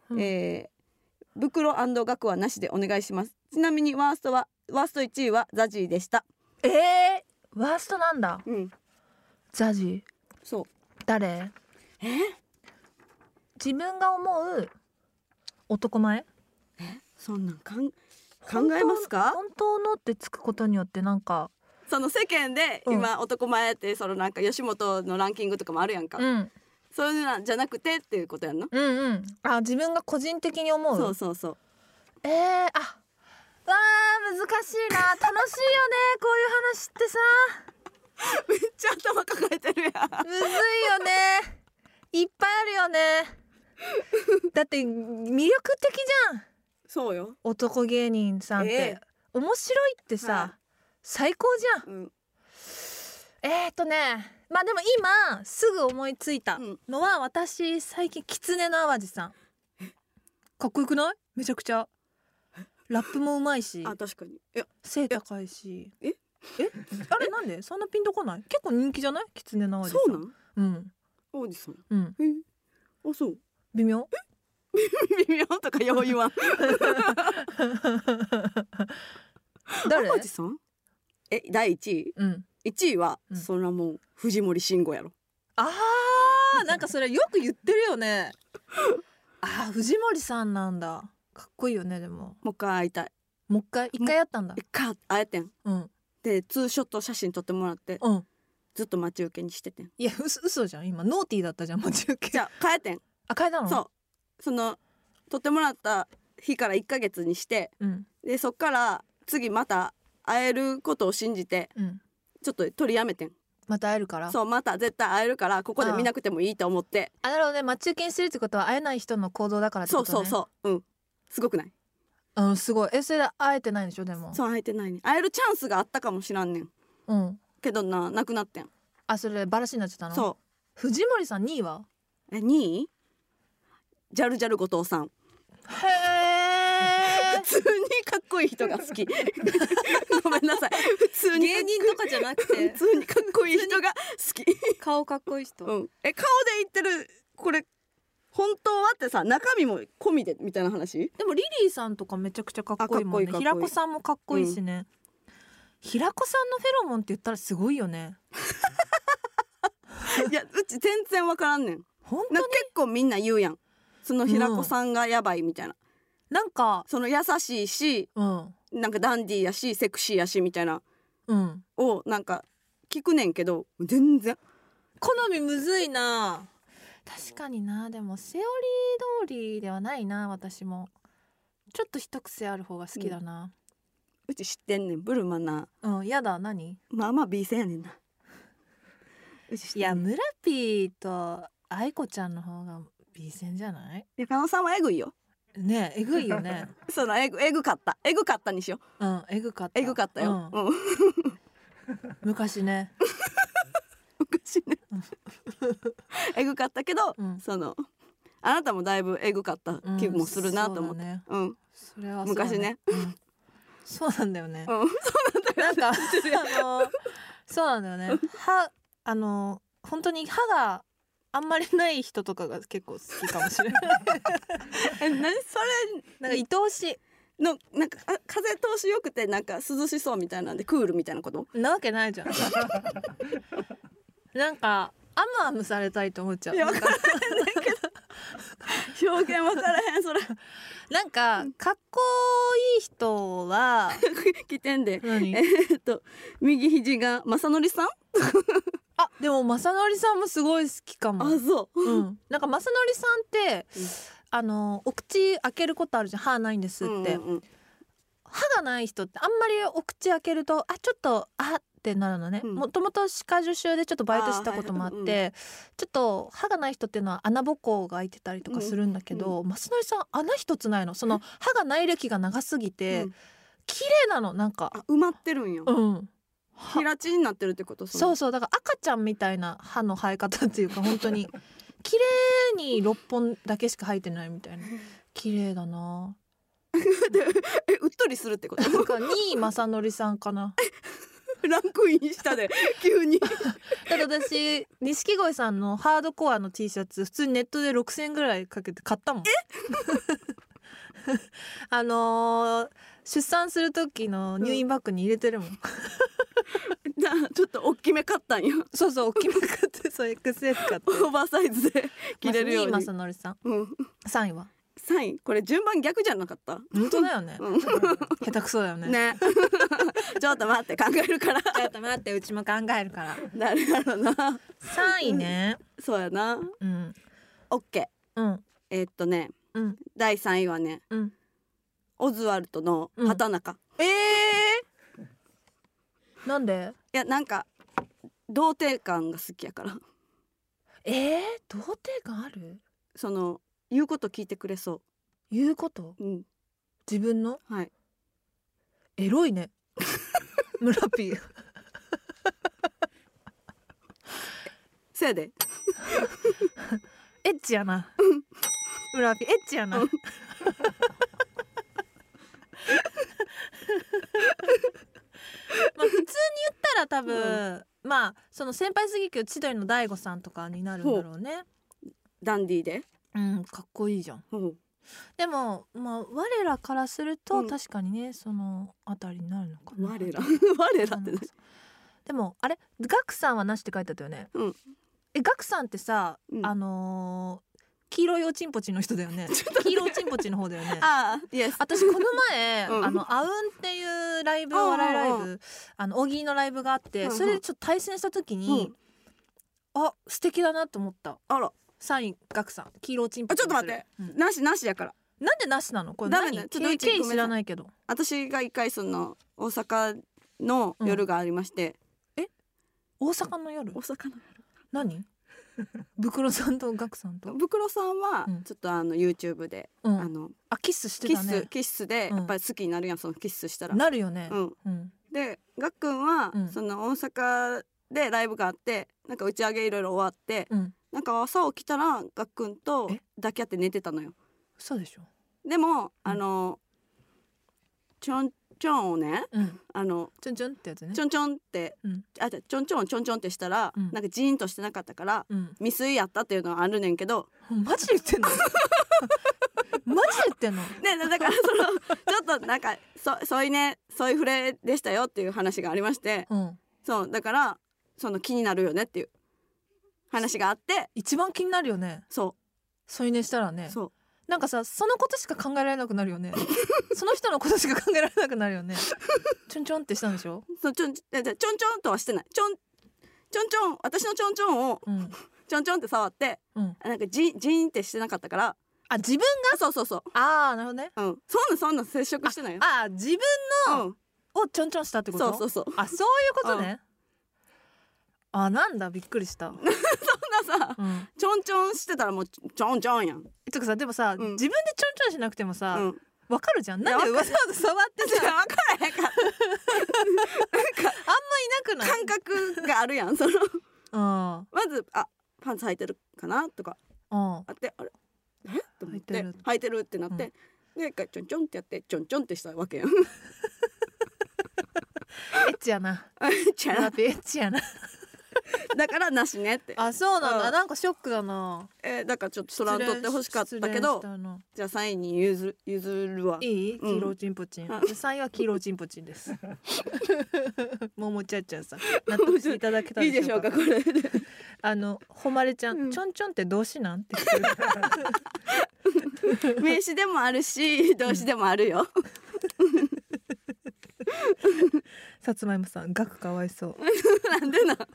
[SPEAKER 1] 袋&額はなしでお願いします。ちなみにワースト1位はザジーでした。
[SPEAKER 2] ワーストなんだ。ザジー。
[SPEAKER 1] そう。
[SPEAKER 2] 誰？自分が思う男前？
[SPEAKER 1] そんなん考えますか？
[SPEAKER 2] 本当のってつくことによってなんか
[SPEAKER 1] その世間で今男前ってそのなんか吉本のランキングとかもあるやんか、そういうのじゃなくてっていうことやんの？
[SPEAKER 2] 自分が個人的に思う。
[SPEAKER 1] そう難
[SPEAKER 2] しいな。楽しいよねこういう話ってさ
[SPEAKER 1] めっちゃ頭抱えてるやん。
[SPEAKER 2] むずいよね。いっぱいあるよねだって魅力的じゃん。
[SPEAKER 1] そうよ
[SPEAKER 2] 男芸人さんって、面白いってさ、最高じゃん。まあでも今すぐ思いついたのは、私最近狐の淡路さんかっこよくない？めちゃくちゃラップもうまいし、
[SPEAKER 1] 確かに
[SPEAKER 2] 背高いし。あれなんでそんなピンとこない？結構人気じゃない？狐の淡路さん。
[SPEAKER 1] そうなん？淡路さん。そう。
[SPEAKER 2] 微妙？
[SPEAKER 1] 微妙とかよう言わん。
[SPEAKER 2] 誰？
[SPEAKER 1] 淡路さん？第1位？1位はそれはもう藤森慎吾やろ。
[SPEAKER 2] なんかそれよく言ってるよね。藤森さんなんだ。かっこいいよね。でも
[SPEAKER 1] もう一回会いたい。
[SPEAKER 2] もう一回やったんだ。
[SPEAKER 1] 一回会えてん。でツーショット写真撮ってもらって、ずっと待ち受けにしててん。
[SPEAKER 2] いや嘘じゃん。今ノーティーだったじゃん待ち受け。
[SPEAKER 1] じゃあ変えてん。
[SPEAKER 2] 変えたの？
[SPEAKER 1] その撮ってもらった日から1ヶ月にして、でそっから次また会えることを信じて、ちょっと取りやめてん。
[SPEAKER 2] また会えるから？
[SPEAKER 1] また絶対会えるからここで見なくてもいいと思って。
[SPEAKER 2] なるほどね。待ち受けにしてるってことは会えない人の行動だからってことね。
[SPEAKER 1] そうすごくない？
[SPEAKER 2] すごい。それで会えてないんでしょ？でも
[SPEAKER 1] 会えてないね。会えるチャンスがあったかもしらんねん。けどなくなってん。
[SPEAKER 2] それバラシになっちゃったの？
[SPEAKER 1] そう。
[SPEAKER 2] 藤森さん2位は？
[SPEAKER 1] 2位ジャルジャル後藤さん。
[SPEAKER 2] へ
[SPEAKER 1] 普通にかっこいい人が好きごめんなさい、普通に
[SPEAKER 2] 芸人とかじゃなくて
[SPEAKER 1] 普通にかっこいい人が好き
[SPEAKER 2] 顔かっこいい人、
[SPEAKER 1] 顔で言ってるこれ本当はってさ、中身も込みでみたいな話。
[SPEAKER 2] でもリリーさんとかめちゃくちゃかっこいいもんね。
[SPEAKER 1] あかっこいい
[SPEAKER 2] 平子さんもかっこいいしね、平子さんのフェロモンって言ったらすごいよね
[SPEAKER 1] いやうち全然わからんねん。
[SPEAKER 2] 本当に
[SPEAKER 1] なんか結構みんな言うやん、その平子さんがやばいみたいな、
[SPEAKER 2] なんか
[SPEAKER 1] その優しいしなんかダンディーやしセクシーやしみたいなをなんか聞くねんけど、全然
[SPEAKER 2] 好みむずいな。確かにな。でもセオリー通りではないな。私もちょっと一癖ある方が好きだな。
[SPEAKER 1] うち知ってんねん、ブルマな。
[SPEAKER 2] やだ。何？
[SPEAKER 1] まあまあ B 線やねんな。うち知ってんねん。
[SPEAKER 2] いや村ピーと愛子ちゃんの方が B 線じゃない？
[SPEAKER 1] いや加納さんはエグいよ。
[SPEAKER 2] ねえ、えぐいよね
[SPEAKER 1] そのエグかったにしよ
[SPEAKER 2] えぐかっ
[SPEAKER 1] う。エグかったよ、
[SPEAKER 2] 昔ね
[SPEAKER 1] 昔ねエグかったけど、
[SPEAKER 2] その
[SPEAKER 1] あなたもだいぶエグかった気もするなと思って、
[SPEAKER 2] それはそう
[SPEAKER 1] 昔ね、
[SPEAKER 2] そうなんだよね、
[SPEAKER 1] そうなんだよね。
[SPEAKER 2] なんかそうなんだよね。本当に歯があんまりない人とかが結構好きかもしれない
[SPEAKER 1] 何それ
[SPEAKER 2] なんか愛おしい
[SPEAKER 1] の、なんか風通しよくてなんか涼しそうみたいなんでクールみたいなこと。
[SPEAKER 2] なわけないじゃんなんかアムアムされたいと思っちゃう。
[SPEAKER 1] いや分からへんけど表現分からへんそれ
[SPEAKER 2] なんかかっこいい人は
[SPEAKER 1] 来てんで
[SPEAKER 2] 何
[SPEAKER 1] 右肘が正則さん。
[SPEAKER 2] あ、でも正則さんもすごい好きかも。
[SPEAKER 1] あ、そう、
[SPEAKER 2] なんか正則さんって、お口開けることあるじゃん。歯ないんですって、歯がない人ってあんまりお口開けるとちょっとってなるのね。もともと歯科助手でちょっとバイトしたこともあって、ちょっと歯がない人っていうのは穴ぼこが開いてたりとかするんだけど、正則さん穴一つないの。その歯がない歴が長すぎて、綺麗なの。なんか
[SPEAKER 1] 埋まってるんよ。平地になってるってこと。
[SPEAKER 2] そうだから赤ちゃんみたいな歯の生え方っていうか本当に綺麗に6本だけしか生えてないみたいな。綺麗だな
[SPEAKER 1] うっとりするってこと。
[SPEAKER 2] なんか2位正則さんかな
[SPEAKER 1] ランクインしたで急に
[SPEAKER 2] だって私錦鯉さんのハードコアの T シャツ普通にネットで6,000円ぐらいかけて買ったもん出産する時の入院バッグに入れてるもん、
[SPEAKER 1] ちょっと大きめ買ったんよ。
[SPEAKER 2] そう大きめ買ってそう XS 買って
[SPEAKER 1] オーバーサイズで着れるように。
[SPEAKER 2] 正則さん、3位は
[SPEAKER 1] 3位。これ順番逆じゃなかった？
[SPEAKER 2] 本当だよね、下手くそだよね
[SPEAKER 1] ちょっと待って考えるから
[SPEAKER 2] ちょっと待ってうちも考えるから
[SPEAKER 1] 誰だろうな。
[SPEAKER 2] 3位ね、
[SPEAKER 1] そうやな。オッケー。第3位はね、オズワルドの畑中。
[SPEAKER 2] なんで？
[SPEAKER 1] いやなんか童貞感が好きやから。
[SPEAKER 2] 童貞感ある？
[SPEAKER 1] その言うこと聞いてくれそう。
[SPEAKER 2] 言うこと？自分の？はい。エロいね村ピー
[SPEAKER 1] せやで
[SPEAKER 2] エッチやな村ピーエッチやなまあ普通に言ったら多分、まあその先輩すぎき千鳥の大悟さんとかになるんだろうね。
[SPEAKER 1] ダンディーで
[SPEAKER 2] かっこいいじゃん。でもまあ我らからすると確かにね、そのあたりになるのかな。
[SPEAKER 1] 我らってね。
[SPEAKER 2] でもあれガクさんはなしって書いてあったよね。ガクさんってさ、黄色いおちんぽちの人だよね。黄色おちんぽちの方だよね。私この前、あうんっていうライブ、笑いライブ、大喜利のライブがあって、それでちょっと対戦した時に、素敵だなと思った。あら、3位ガクさん、黄色おちんぽち。ちょっと待って、なしやから。なんでなしなの？これ何？ちょっと経緯知らないけど。私が一回その大阪の夜がありまして。大阪の夜？大阪の夜。何？ブクロさんとガクさんと。ブクロさんはちょっとYouTube でキスしてたね。キスでやっぱり好きになるやん、そのキスしたら。なるよね。でガックンはその大阪でライブがあって、なんか打ち上げいろいろ終わって、
[SPEAKER 1] なんか朝起きたらがっくんと抱き合って寝てたのよ。
[SPEAKER 2] そうでしょ。
[SPEAKER 1] でもちょんちょんをね、
[SPEAKER 2] ちょんちょんってやつね。
[SPEAKER 1] ちょんちょんって、ちょんちょんちょんちょんってしたら、なんかジーンとしてなかったから、未遂やったっていうのはあるねんけど、
[SPEAKER 2] マジで言ってんのマジで言ってんの
[SPEAKER 1] ね、だからちょっとなんかそういうね、そういう触れでしたよっていう話がありまして、そうだから気になるよねっていう話があって、
[SPEAKER 2] 一番気になるよね。添い寝したらね。なんかさ、そのことしか考えられなくなるよねその人のことしか考えられなくなるよねちょんちょんってしたんでしょ。
[SPEAKER 1] ちょんちょんとはしてない。ちょん私のちょんちょんを、ちょんちょんって触って、なんかジーンってしてなかったから。
[SPEAKER 2] あ、自分が。そう。ああ、なるほどね。
[SPEAKER 1] そんな接触してないよ。
[SPEAKER 2] あ、自分のをちょんちょんしたってこと。そう。あ、そういうことね。あ、なんだ、びっくりしたそん
[SPEAKER 1] なさ、ちょんちょんしてたらもうちょんちょんやん。
[SPEAKER 2] とかさ、でもさ、自分でちょんちょんしなくてもさ、わかるじゃん。なんでわざわざ触ってさ、
[SPEAKER 1] わからへんかなんか
[SPEAKER 2] あんまいなくない。
[SPEAKER 1] 感覚があるやん。まずパンツ履いてるかなとかあって、あれと思って履いてるってなって、でちょんちょんってやってちょんちょんってしたわけやん
[SPEAKER 2] エッチやな。エッチやな
[SPEAKER 1] だからなしねって。
[SPEAKER 2] あ、そうなんだ。なんかショックだな。
[SPEAKER 1] だからちょっとそらんとってほしかったけど、じゃあ3位に譲るわ。
[SPEAKER 2] いい？黄色チンポチン。3位は黄色チンポチンですももちゃっちゃんさん、納得していただけたでしょうか。
[SPEAKER 1] いいでしょうかこれで
[SPEAKER 2] ほまれちゃん、ちょんちょんって動詞なんて
[SPEAKER 1] 名詞でもあるし動詞でもあるよ
[SPEAKER 2] さつまいもさん、ガクかわいそう
[SPEAKER 1] なんでな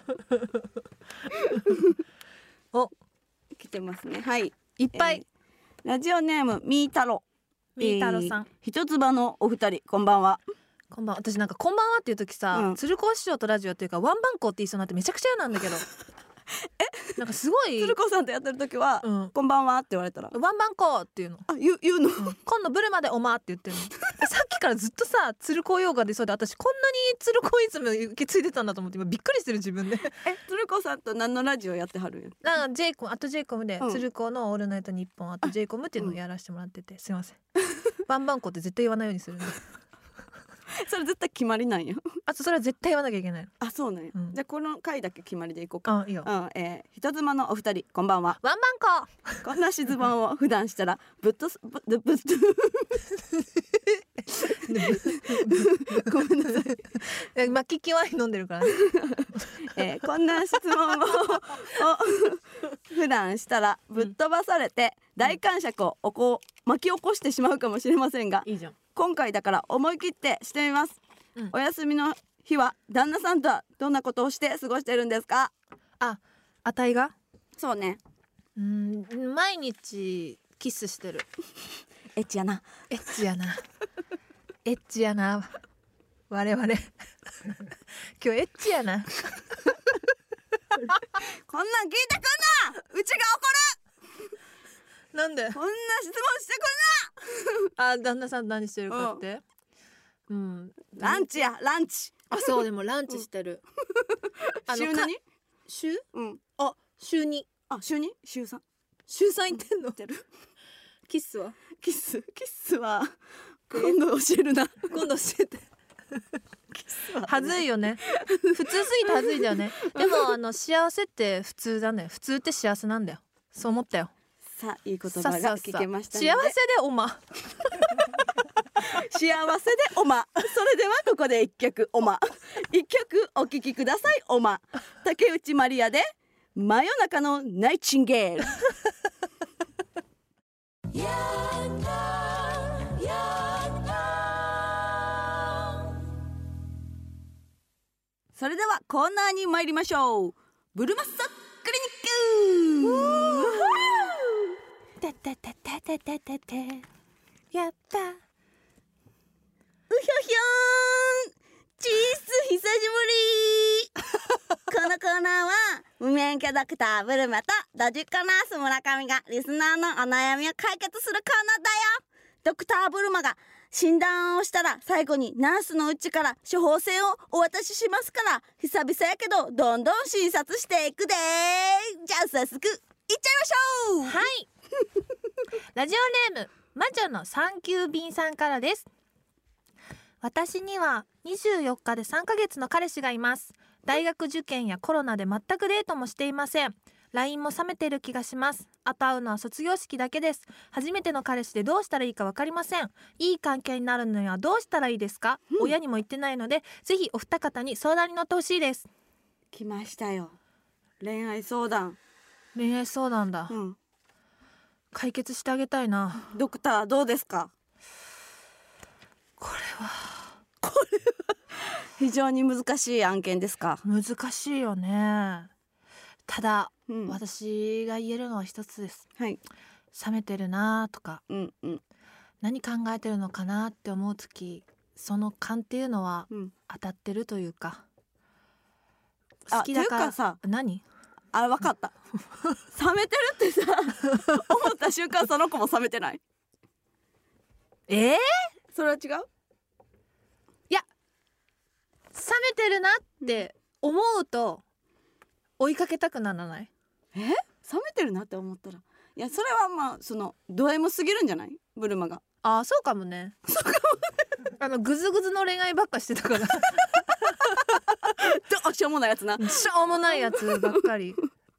[SPEAKER 2] お、
[SPEAKER 1] 来てますね。はい、
[SPEAKER 2] いっぱい、
[SPEAKER 1] ラジオネームみーたろ
[SPEAKER 2] さん、
[SPEAKER 1] 一つ葉のお二人、こんばんは。
[SPEAKER 2] こんばんは。私なんかこんばんはっていう時さ、鶴光師匠とラジオっていうかワンバンコって言いそうになってめちゃくちゃ嫌なんだけどなんかすごい
[SPEAKER 1] 鶴子さんとやってる時は、こんばんはって言われたら
[SPEAKER 2] ワンバンコっていうの。
[SPEAKER 1] 言うの、
[SPEAKER 2] 今度ブルマでおまって言ってるのさっきからずっとさ、鶴子用が出そうで、私こんなに鶴子イズム受け継いでたんだと思って今びっくりしてる自分で
[SPEAKER 1] 鶴子さんと何のラジオやってはるんや。
[SPEAKER 2] なんか J コムで、鶴子のオールナイトニッポン、あと J コムっていうのをやらせてもらってて、すいませんワンバンコって絶対言わないようにするんで
[SPEAKER 1] それ絶対決まりなんや。
[SPEAKER 2] あとそれは絶対言わなきゃいけない。
[SPEAKER 1] あ、そうなんや、じゃあこの回だけ決まりでいこうか。
[SPEAKER 2] いいよ。
[SPEAKER 1] 人妻のお二人、こんばんは。
[SPEAKER 2] ワンバン
[SPEAKER 1] コこんな質問を普段したらぶっとごめんなさい
[SPEAKER 2] 巻きワイン飲んでるからね
[SPEAKER 1] こんな質問を普段したらぶっ飛ばされて大感触を巻き起こしてしまうかもしれませんが、
[SPEAKER 2] いいじゃん。
[SPEAKER 1] 今回だから思い切ってしてみます。お休みの日は旦那さんとはどんなことをして過ごしてるんですか？
[SPEAKER 2] あたいが
[SPEAKER 1] そうね、
[SPEAKER 2] 毎日キスしてる
[SPEAKER 1] エッチやな
[SPEAKER 2] エッチやなエッチやな我々今日エッチやな
[SPEAKER 1] こんなん聞いてくんな、うちが怒る
[SPEAKER 2] なんで
[SPEAKER 1] こんな質問してくる
[SPEAKER 2] な旦那さん何してるかって、
[SPEAKER 1] ランチやランチ。
[SPEAKER 2] そう、でもランチしてる
[SPEAKER 1] 週何？
[SPEAKER 2] 週？週2。
[SPEAKER 1] 週 2？ 週 3？
[SPEAKER 2] 週3行ってんの？キスは
[SPEAKER 1] 今度教えるな
[SPEAKER 2] 今度教えてはずいよね普通すぎてはずいだよねでも幸せって普通だね。普通って幸せなんだよ。そう思ったよ。
[SPEAKER 1] さあ、いい言葉が聞けましたので、
[SPEAKER 2] 幸せでおま
[SPEAKER 1] 幸せでおま。それではここで一曲おま一曲お聴きください。おま、竹内まりやで真夜中のナイチンゲールそれではコーナーに参りましょう。ブルマッサクリニック
[SPEAKER 2] ててててててててやった
[SPEAKER 1] うひょひょーんチース久しぶりこのコーナーは無免許ドクターブルマとドジっ子ナース村上がリスナーのお悩みを解決するコーナーだよ。ドクターブルマが診断をしたら最後にナースのうちから処方箋をお渡ししますから、久々やけどどんどん診察していくで。じゃあ早速いっちゃいましょう。
[SPEAKER 2] はいラジオネーム魔女のサンキュー便さんからです。私には24日で3ヶ月の彼氏がいます。大学受験やコロナで全くデートもしていません。 LINE も冷めている気がします。あと会うのは卒業式だけです。初めての彼氏でどうしたらいいか分かりません。いい関係になるのにはどうしたらいいですか？親にも言ってないのでぜひお二方に相談に乗ってほしいです。
[SPEAKER 1] 来ましたよ、恋愛相談。
[SPEAKER 2] 恋愛相談だ、解決してあげたいな。
[SPEAKER 1] ドクターどうですか？
[SPEAKER 2] これは
[SPEAKER 1] 非常に難しい案件ですか？
[SPEAKER 2] 難しいよね。ただ、
[SPEAKER 1] うん
[SPEAKER 2] 私が言えるのは一つです。
[SPEAKER 1] はい。
[SPEAKER 2] 冷めてるなとか、
[SPEAKER 1] うんうん
[SPEAKER 2] 何考えてるのかなって思うとき、その勘っていうのは
[SPEAKER 1] うん。
[SPEAKER 2] 当たってるというか、
[SPEAKER 1] あ
[SPEAKER 2] 好きだから
[SPEAKER 1] ていうかさ、
[SPEAKER 2] 何？
[SPEAKER 1] あ、わかった。冷めてるってさ思った瞬間その子も冷めてない？それは違う？
[SPEAKER 2] 冷めてるなって思うと追いかけたくならない？
[SPEAKER 1] 冷めてるなって思ったら、いやそれはまあそのド M すぎるんじゃない？ブルマが。
[SPEAKER 2] あ、そうかもね。グズグズの恋愛ばっかしてたから
[SPEAKER 1] どうしようもないやつな。い
[SPEAKER 2] しょうもないやつばっかり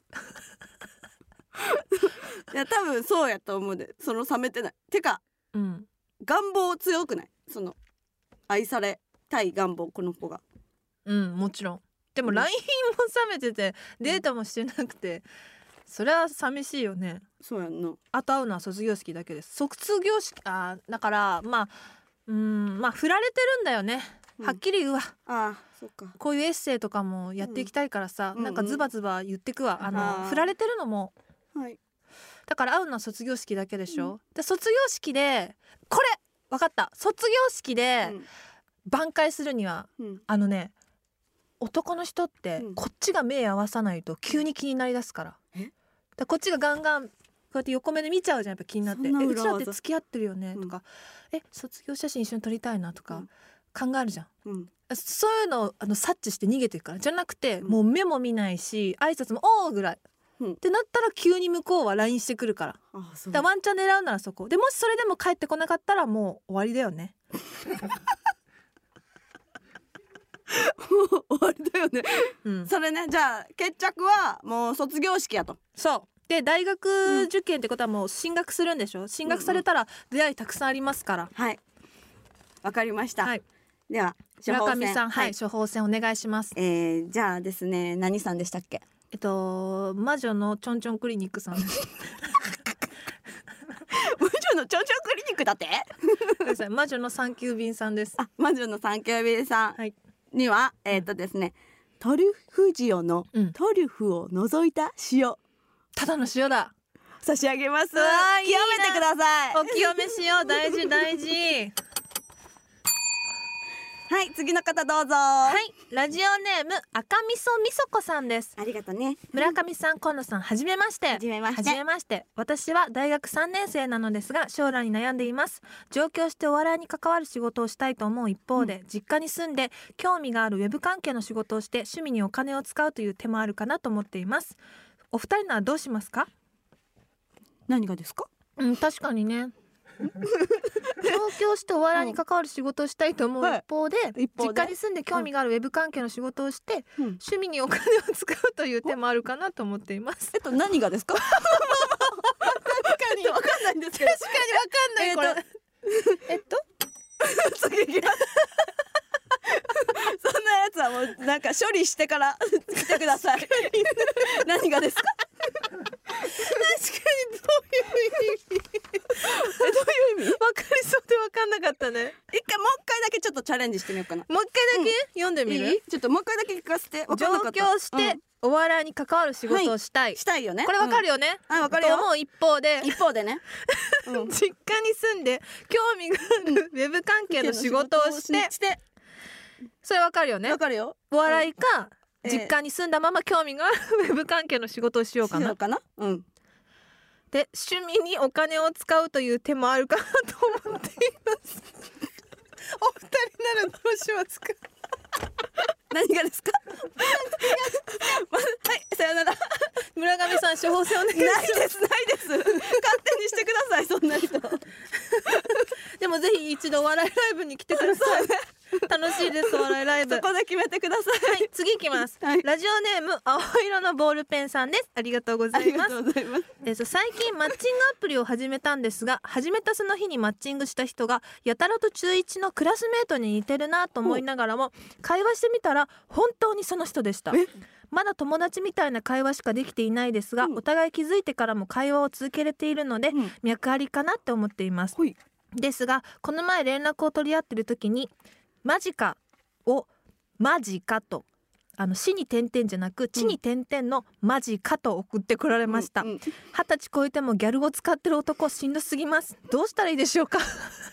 [SPEAKER 1] や多分そうやと思うで、その冷めてない。てか
[SPEAKER 2] うん
[SPEAKER 1] 願望強くない？その愛されたい願望、この子が。
[SPEAKER 2] もちろん。でも
[SPEAKER 1] うん
[SPEAKER 2] LINE も冷めててデートもしてなくて、それは寂しいよね。
[SPEAKER 1] そうやんな。
[SPEAKER 2] あと会うのは卒業式だけです。卒業式だからまあ振られてるんだよね、はっきり言うわ。
[SPEAKER 1] ああ、そっか。
[SPEAKER 2] こういうエッセイとかもやっていきたいからさ、なんかズバズバ言ってくわ。振られてるのも
[SPEAKER 1] はい
[SPEAKER 2] だから会うのは卒業式だけでしょ、で卒業式でこれ分かった。卒業式で挽回するには、男の人ってこっちが目合わさないと急に気になりだすから、でこっちがガンガンこうやって横目で見ちゃうじゃん、やっぱ気になって。
[SPEAKER 1] そんな裏技
[SPEAKER 2] うちらって付き合ってるよねとか、卒業写真一緒に撮りたいなとか考えるじゃん、そういうのを察知して逃げてるから。じゃなくて、もう目も見ないし挨拶もおーぐらい、ってなったら急に向こうは LINE してくるから。
[SPEAKER 1] ああ、そう
[SPEAKER 2] だからワンチャン狙うならそこで、もしそれでも帰ってこなかったらもう終わりだよね
[SPEAKER 1] 終わりだよね、それね。じゃあ決着はもう卒業式やと。
[SPEAKER 2] そうで、大学受験ってことはもう進学するんでしょ。進学されたら出会いたくさんありますから。
[SPEAKER 1] はい、わかりました、では
[SPEAKER 2] 村上さん、処方箋お願いします。
[SPEAKER 1] じゃあですね、何さんでしたっけ？
[SPEAKER 2] 魔女のちょんちょんクリニックさんです
[SPEAKER 1] 魔女のちょんちょんクリニックだって
[SPEAKER 2] 魔女のサンキュー便さんです。
[SPEAKER 1] 魔女のサンキュー便さんには、ですね、トリュフ塩のトリュフを除いた塩、
[SPEAKER 2] ただの塩だ、
[SPEAKER 1] 差し上げます。
[SPEAKER 2] いいな、
[SPEAKER 1] 極めてください。
[SPEAKER 2] お清めしよう。大事大事
[SPEAKER 1] はい、次の方どうぞ。
[SPEAKER 2] ラジオネーム赤味噌みそこさんです。
[SPEAKER 1] ありがとうね。
[SPEAKER 2] 村上さん、今野さん、はじめまして。
[SPEAKER 1] はじめまして。
[SPEAKER 2] はじめまして。私は大学3年生なのですが、将来に悩んでいます。上京してお笑いに関わる仕事をしたいと思う一方で、実家に住んで興味があるウェブ関係の仕事をして趣味にお金を使うという手もあるかなと思っています。お二人ならどうしますか？
[SPEAKER 1] 何がですか？
[SPEAKER 2] 確かにね上京してお笑いに関わる仕事をしたいと思う一方で、実家に住んで興味があるウェブ関係の仕事をして、趣味にお金を使うという手もあるかなと思っています。
[SPEAKER 1] 何がですか？確かにわかんないんですけど。
[SPEAKER 2] 確かにわかんないこれ。
[SPEAKER 1] 次行きます。そんなやつはもうなんか処理してから来てください。何がですか？
[SPEAKER 2] 確かにどういう意味？
[SPEAKER 1] どういう意味？
[SPEAKER 2] わかりそうでわかんなかったね。
[SPEAKER 1] 一回もう一回だけちょっとチャレンジしてみようかな。
[SPEAKER 2] もう一回だけ、読んでみる？
[SPEAKER 1] ちょっともう一回だけ聞かせて。
[SPEAKER 2] 上京して、お笑いに関わる仕事をしたい、
[SPEAKER 1] したいよね。
[SPEAKER 2] これわかるよね、
[SPEAKER 1] わかるよ。
[SPEAKER 2] と思う一方で
[SPEAKER 1] ね、
[SPEAKER 2] 実家に住んで興味があるウェブ関係の仕事をして、それわかるよね。
[SPEAKER 1] わかるよ。
[SPEAKER 2] お笑いか、実家に住んだまま興味があるウェブ関係の仕事をしようかな。で、趣味にお金を使うという手もあるかなと思っています。 お二人ならどうしますか？
[SPEAKER 1] 何がですか？はいさよなら。
[SPEAKER 2] 村上さん処方箋お願いします。
[SPEAKER 1] ないですないです。勝手にしてくださいそんな人。
[SPEAKER 2] でもぜひ一度お笑いライブに来てください。楽しいです、お笑いライブ。
[SPEAKER 1] そこで決めてください。
[SPEAKER 2] はい、次いきます、
[SPEAKER 1] はい
[SPEAKER 2] ラジオネーム青色のボールペンさんです。ありがとうござ
[SPEAKER 1] ありが
[SPEAKER 2] います。
[SPEAKER 1] とうございます。
[SPEAKER 2] 最近マッチングアプリを始めたんですが、始めたその日にマッチングした人がやたらと中1のクラスメートに似てるなと思いながらも、会話してみたら本当にその人でした。
[SPEAKER 1] え
[SPEAKER 2] まだ友達みたいな会話しかできていないですが、
[SPEAKER 1] うん
[SPEAKER 2] お互い気づいてからも会話を続けれているので、
[SPEAKER 1] うん
[SPEAKER 2] 脈ありかなって思っています。
[SPEAKER 1] ほい。
[SPEAKER 2] ですがこの前連絡を取り合ってる時にマジかをマジかと死に点々じゃなく地に点々のマジかと送ってこられました。
[SPEAKER 1] うんうん
[SPEAKER 2] 20歳超えてもギャルを使ってる男しんどすぎます。どうしたらいいでしょうか？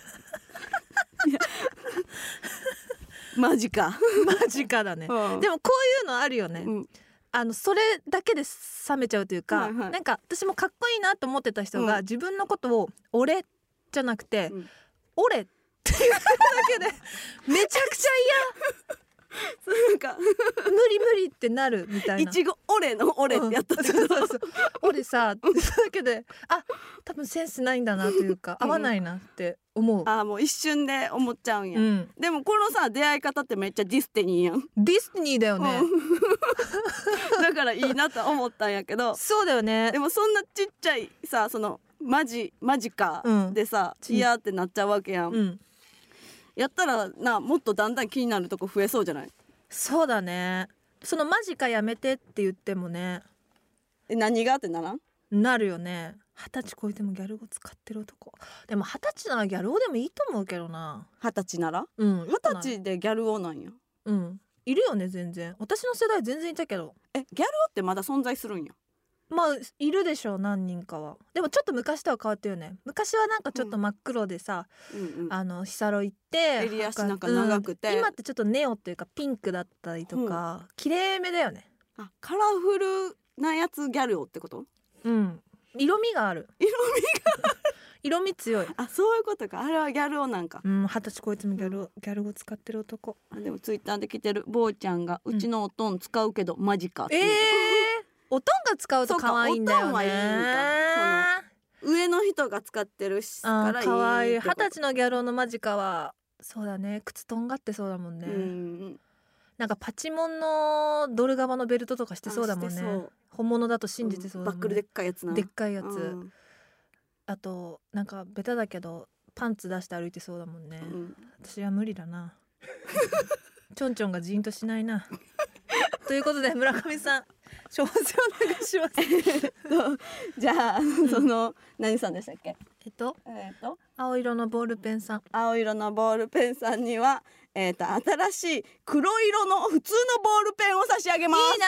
[SPEAKER 1] マジか。
[SPEAKER 2] マジかだね。
[SPEAKER 1] うん
[SPEAKER 2] でもこういうのあるよね。それだけで冷めちゃうというか、
[SPEAKER 1] はいはい
[SPEAKER 2] なんか私もかっこいいなと思ってた人が、
[SPEAKER 1] うん
[SPEAKER 2] 自分のことを俺じゃなくて、
[SPEAKER 1] うん
[SPEAKER 2] 俺っていうだけでめちゃくちゃ
[SPEAKER 1] なんか
[SPEAKER 2] 嫌、無理無理ってなるみたいな。
[SPEAKER 1] いちごオレのオレってやったってこと。
[SPEAKER 2] そうそう俺さだけで多分センスないんだなというか合わないなって思う。
[SPEAKER 1] あーもう一瞬で思っちゃうんや、
[SPEAKER 2] うん、
[SPEAKER 1] でもこのさ出会い方ってめっちゃディスティニーやん、
[SPEAKER 2] ディスティニーだよね。
[SPEAKER 1] だからいいなと思ったんやけど
[SPEAKER 2] そうだよね。
[SPEAKER 1] でもそんなちっちゃいさそのマジか
[SPEAKER 2] うん
[SPEAKER 1] でさ、
[SPEAKER 2] ち
[SPEAKER 1] 嫌ってなっちゃうわけやん、
[SPEAKER 2] うん
[SPEAKER 1] やったらなもっとだんだん気になるとこ増えそうじゃない？
[SPEAKER 2] そうだね。そのマジかやめてって言ってもね
[SPEAKER 1] 何がってならん？
[SPEAKER 2] なるよね。20歳超えてもギャル語使ってる男。でも20歳ならギャル語でもいいと思うけどな。
[SPEAKER 1] 20歳なら
[SPEAKER 2] うん
[SPEAKER 1] 20歳でギャル王なんや。
[SPEAKER 2] うんいるよね。全然私の世代全然いたけど、
[SPEAKER 1] ギャル王ってまだ存在するんや。
[SPEAKER 2] まあいるでしょう何人かは。でもちょっと昔とは変わったよね。昔はなんかちょっと真っ黒でさ、
[SPEAKER 1] うんうん
[SPEAKER 2] ヒサロ行って
[SPEAKER 1] 襟足なんか長くて
[SPEAKER 2] 今ってちょっとネオっていうかピンクだったりとか、綺麗めだよね。
[SPEAKER 1] あカラフルなやつギャル王ってこと？
[SPEAKER 2] うん色味がある。色味強い。
[SPEAKER 1] あそういうことか。あれはギャル王なんか。
[SPEAKER 2] 20歳超えてもギャル語使ってる男。
[SPEAKER 1] あでもツイッターで来てる坊ちゃんがうちのおとん使うけどマジかっていう
[SPEAKER 2] おとんが使うと可愛いんだよね。
[SPEAKER 1] そうかおとんはいいんか上の人が使ってるしからいい
[SPEAKER 2] 可愛い。
[SPEAKER 1] ってこと
[SPEAKER 2] 20歳のギャル男のマジかはそうだね。靴とんがってそうだもんね。
[SPEAKER 1] うん
[SPEAKER 2] なんかパチモンのドル革のベルトとかしてそうだもんね
[SPEAKER 1] あしてそう。
[SPEAKER 2] 本物だと信じてそうだもんね。
[SPEAKER 1] バックルでっかいやつな。
[SPEAKER 2] でっかいやつ、
[SPEAKER 1] うん
[SPEAKER 2] あとなんかベタだけどパンツ出して歩いてそうだもんね。
[SPEAKER 1] うん
[SPEAKER 2] 私は無理だな。ちょんちょんがジーンとしないな。ということで村上さん処方箋お願いします。
[SPEAKER 1] じゃあ、その何さんでしたっけ？
[SPEAKER 2] 青色のボールペンさん。
[SPEAKER 1] 青色のボールペンさんには新しい黒色の普通のボールペンを差し上げます。
[SPEAKER 2] いいな。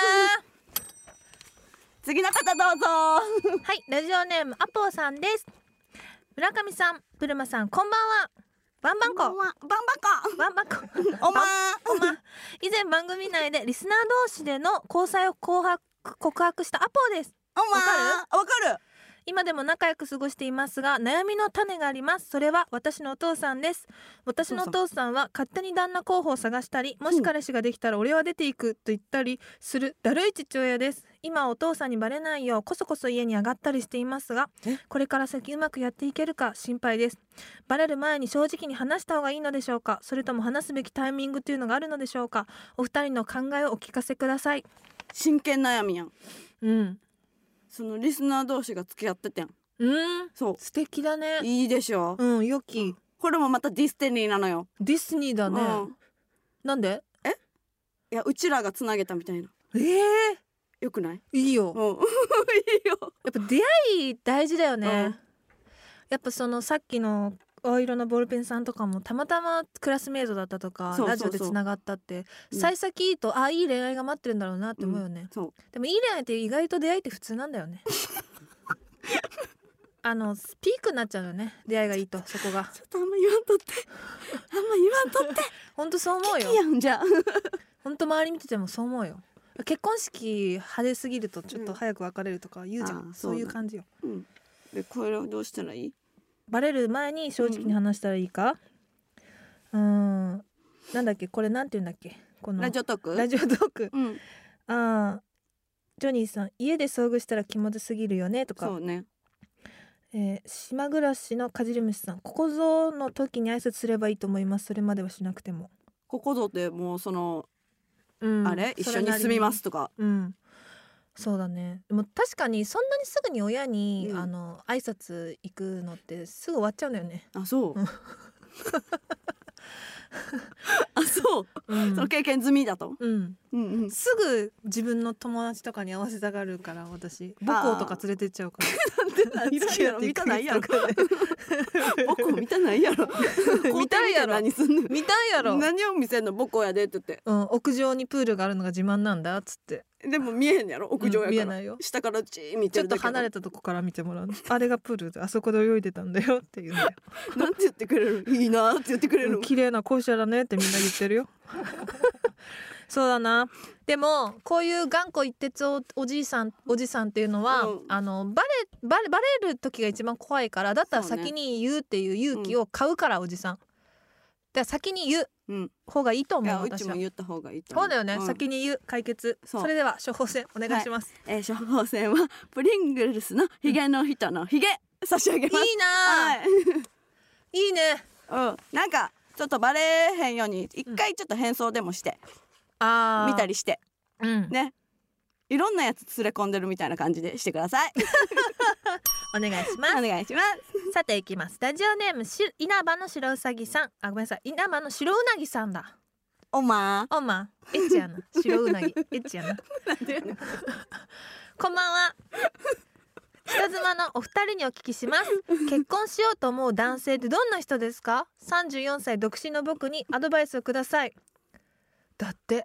[SPEAKER 1] 次の方どうぞ。
[SPEAKER 2] はいラジオネームアポーさんです。村上さんブルマさんこんばんは。バンバンコ
[SPEAKER 1] バンバ
[SPEAKER 2] バンバンコ
[SPEAKER 1] コおま
[SPEAKER 2] 以前番組内でリスナー同士での交際を告白したアポーです。
[SPEAKER 1] おま
[SPEAKER 2] わか
[SPEAKER 1] わかる。
[SPEAKER 2] 今でも仲良く過ごしていますが悩みの種があります。それは私のお父さんです。私のお父さんは勝手に旦那候補を探したり、もし彼氏ができたら俺は出ていくと言ったりするだるい父親です。今お父さんにバレないようこそこそ家に上がったりしていますが、これから先うまくやっていけるか心配です。バレる前に正直に話した方がいいのでしょうか、それとも話すべきタイミングというのがあるのでしょうか。お二人の考えをお聞かせください。
[SPEAKER 1] 真剣悩みやん。
[SPEAKER 2] うん
[SPEAKER 1] そのリスナー同士が付き合っててん。そう
[SPEAKER 2] 素敵だね。
[SPEAKER 1] いいでしょ。
[SPEAKER 2] 良き。
[SPEAKER 1] これもまたディスティニーなのよ。
[SPEAKER 2] ディスニーだね、なんで？
[SPEAKER 1] いやうちらがつなげたみたいな。よくない？
[SPEAKER 2] いいよ。
[SPEAKER 1] いいよ。
[SPEAKER 2] やっぱ出会い大事だよね、やっぱそのさっきの青色のボールペンさんとかもたまたまクラスメートだったとか
[SPEAKER 1] そうそうそう
[SPEAKER 2] ラジオでつながったって
[SPEAKER 1] うん
[SPEAKER 2] 幸先いいといい恋愛が待ってるんだろうなって思うよね、
[SPEAKER 1] そう
[SPEAKER 2] でもいい恋愛って意外と出会いって普通なんだよね。ピークになっちゃうよね出会いがいいと。そこが
[SPEAKER 1] ちょっとあんま言わんとって
[SPEAKER 2] ほんとそう思うよ。
[SPEAKER 1] いいやんじゃあ
[SPEAKER 2] ほんと周り見ててもそう思うよ。結婚式派手すぎるとちょっと早く別れるとか言うじゃん、そういう感じよ。
[SPEAKER 1] でこれをどうしたらいい？
[SPEAKER 2] バレる前に正直に話したらいいか、 なんだっけこれなんて言うんだっけこの
[SPEAKER 1] ラジオトーク。
[SPEAKER 2] ラジオトーク、
[SPEAKER 1] うん、
[SPEAKER 2] ジョニーさん家で遭遇したら気まずすぎるよねとか。
[SPEAKER 1] そうね。
[SPEAKER 2] 島暮らしのかじり虫さん、ここぞの時に挨拶すればいいと思います。それまではしなくても。
[SPEAKER 1] ここぞってもうその、
[SPEAKER 2] あ
[SPEAKER 1] れ一緒に住みますとか。
[SPEAKER 2] そうだね。でも確かにそんなにすぐに親に、
[SPEAKER 1] うん、
[SPEAKER 2] 挨拶行くのってすぐ終わっちゃうんだよね。
[SPEAKER 1] あ、そうあ、そう、その経験済みだと。
[SPEAKER 2] すぐ自分の友達とかに合わせたがるから私母校とか連れてっちゃうから。
[SPEAKER 1] なんで付き合って見たないやろ母校見たないやろ
[SPEAKER 2] 見たいやろ。
[SPEAKER 1] 何すんの。
[SPEAKER 2] 見たいやろ。
[SPEAKER 1] 何を見せんの。母校やでって言って、
[SPEAKER 2] 屋上にプールがあるのが自慢なんだっつって。
[SPEAKER 1] でも見えへんやろ屋上やから、
[SPEAKER 2] 見えないよ。
[SPEAKER 1] 下からチー見てるだけ。
[SPEAKER 2] ちょっと離れたとこから見てもらうあれがプールであそこで泳いでたんだよって言うんだよ。
[SPEAKER 1] なんて言ってくれる。いいなって言ってくれる。
[SPEAKER 2] 綺麗な校舎だねってみんな言ってるよそうだな。でもこういう頑固一徹おじさんっていうのは、バレる時が一番怖いから、だったら先に言うっていう勇気を買うから、おじさんだから先に言う方がいいと思う。
[SPEAKER 1] いや、
[SPEAKER 2] 私は
[SPEAKER 1] うちも言った方がいいと思う。
[SPEAKER 2] そうだよね、先に言う解決。それでは処方箋お願いします。
[SPEAKER 1] 処方箋はプリングルスのヒゲの人のヒゲ差し上げます。
[SPEAKER 2] いいな、いいね。
[SPEAKER 1] なんかちょっとバレへんように一回ちょっと変装でもして、見たりして、ね、いろんなやつ連れ込んでるみたいな感じでしてください
[SPEAKER 2] お願いします。
[SPEAKER 1] お願いします。
[SPEAKER 2] さていきます。ラジオネーム稲葉の白うさぎさん。ごめんなさい、稲葉の白うなぎさんだ。
[SPEAKER 1] おま
[SPEAKER 2] エッチやな。白うなぎエッチやなこんばんは。人妻のお二人にお聞きします。結婚しようと思う男性ってどんな人ですか？34歳独身の僕にアドバイスをください。だって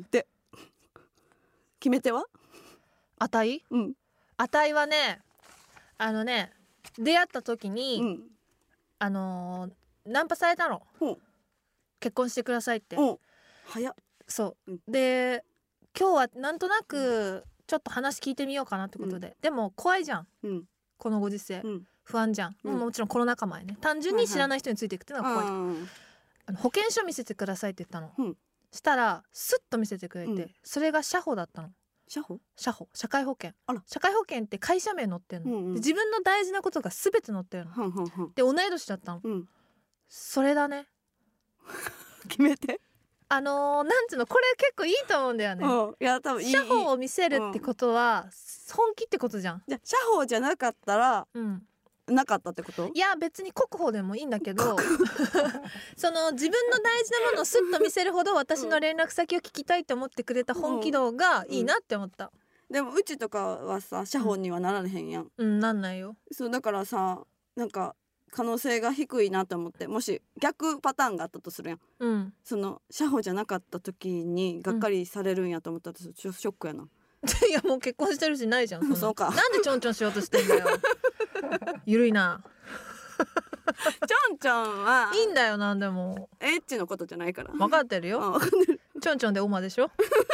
[SPEAKER 1] 決め手は？
[SPEAKER 2] あたいはね、出会った時に、ナンパされたの。結婚してくださいって。
[SPEAKER 1] 早っ。
[SPEAKER 2] そう、で今日はなんとなくちょっと話聞いてみようかなってことで、でも怖いじゃん、このご時世、不安じゃん、もちろんコロナ禍前ね。単純に知らない人についていくっていうのが怖い、保険証見せてくださいって言ったの、したらスッと見せてくれて、それが社保だったの。社会保険。社会保険って会社名載ってんの、で自分の大事なことが全て載ってるの、で同い年だったの、それだね
[SPEAKER 1] 決めて。
[SPEAKER 2] なんつうの、これ結構いいと思うんだよね。
[SPEAKER 1] いや多分いい。
[SPEAKER 2] 社保を見せるってことは本気ってことじゃん。
[SPEAKER 1] じゃ社保じゃなかったら、なかったってこと？
[SPEAKER 2] いや別に国保でもいいんだけどその自分の大事なものをスッと見せるほど私の連絡先を聞きたいと思ってくれた本気度がいいなって思った、
[SPEAKER 1] でもうちとかはさ社保にはなられへんやん。
[SPEAKER 2] なんないよ。
[SPEAKER 1] そうだからさ、なんか可能性が低いなと思って、もし逆パターンがあったとするやん、その社保じゃなかった時にがっかりされるんやと思ったら、ショックやな。
[SPEAKER 2] いやもう結婚してるしないじゃん。
[SPEAKER 1] そうか。
[SPEAKER 2] なんでちょんちょんしようとしてんだよゆるいな
[SPEAKER 1] ちょんちょんはい
[SPEAKER 2] いんだよ。なんでも
[SPEAKER 1] エッチのことじゃないから。
[SPEAKER 2] 分かってるよ、ちょんちょんでオマでしょ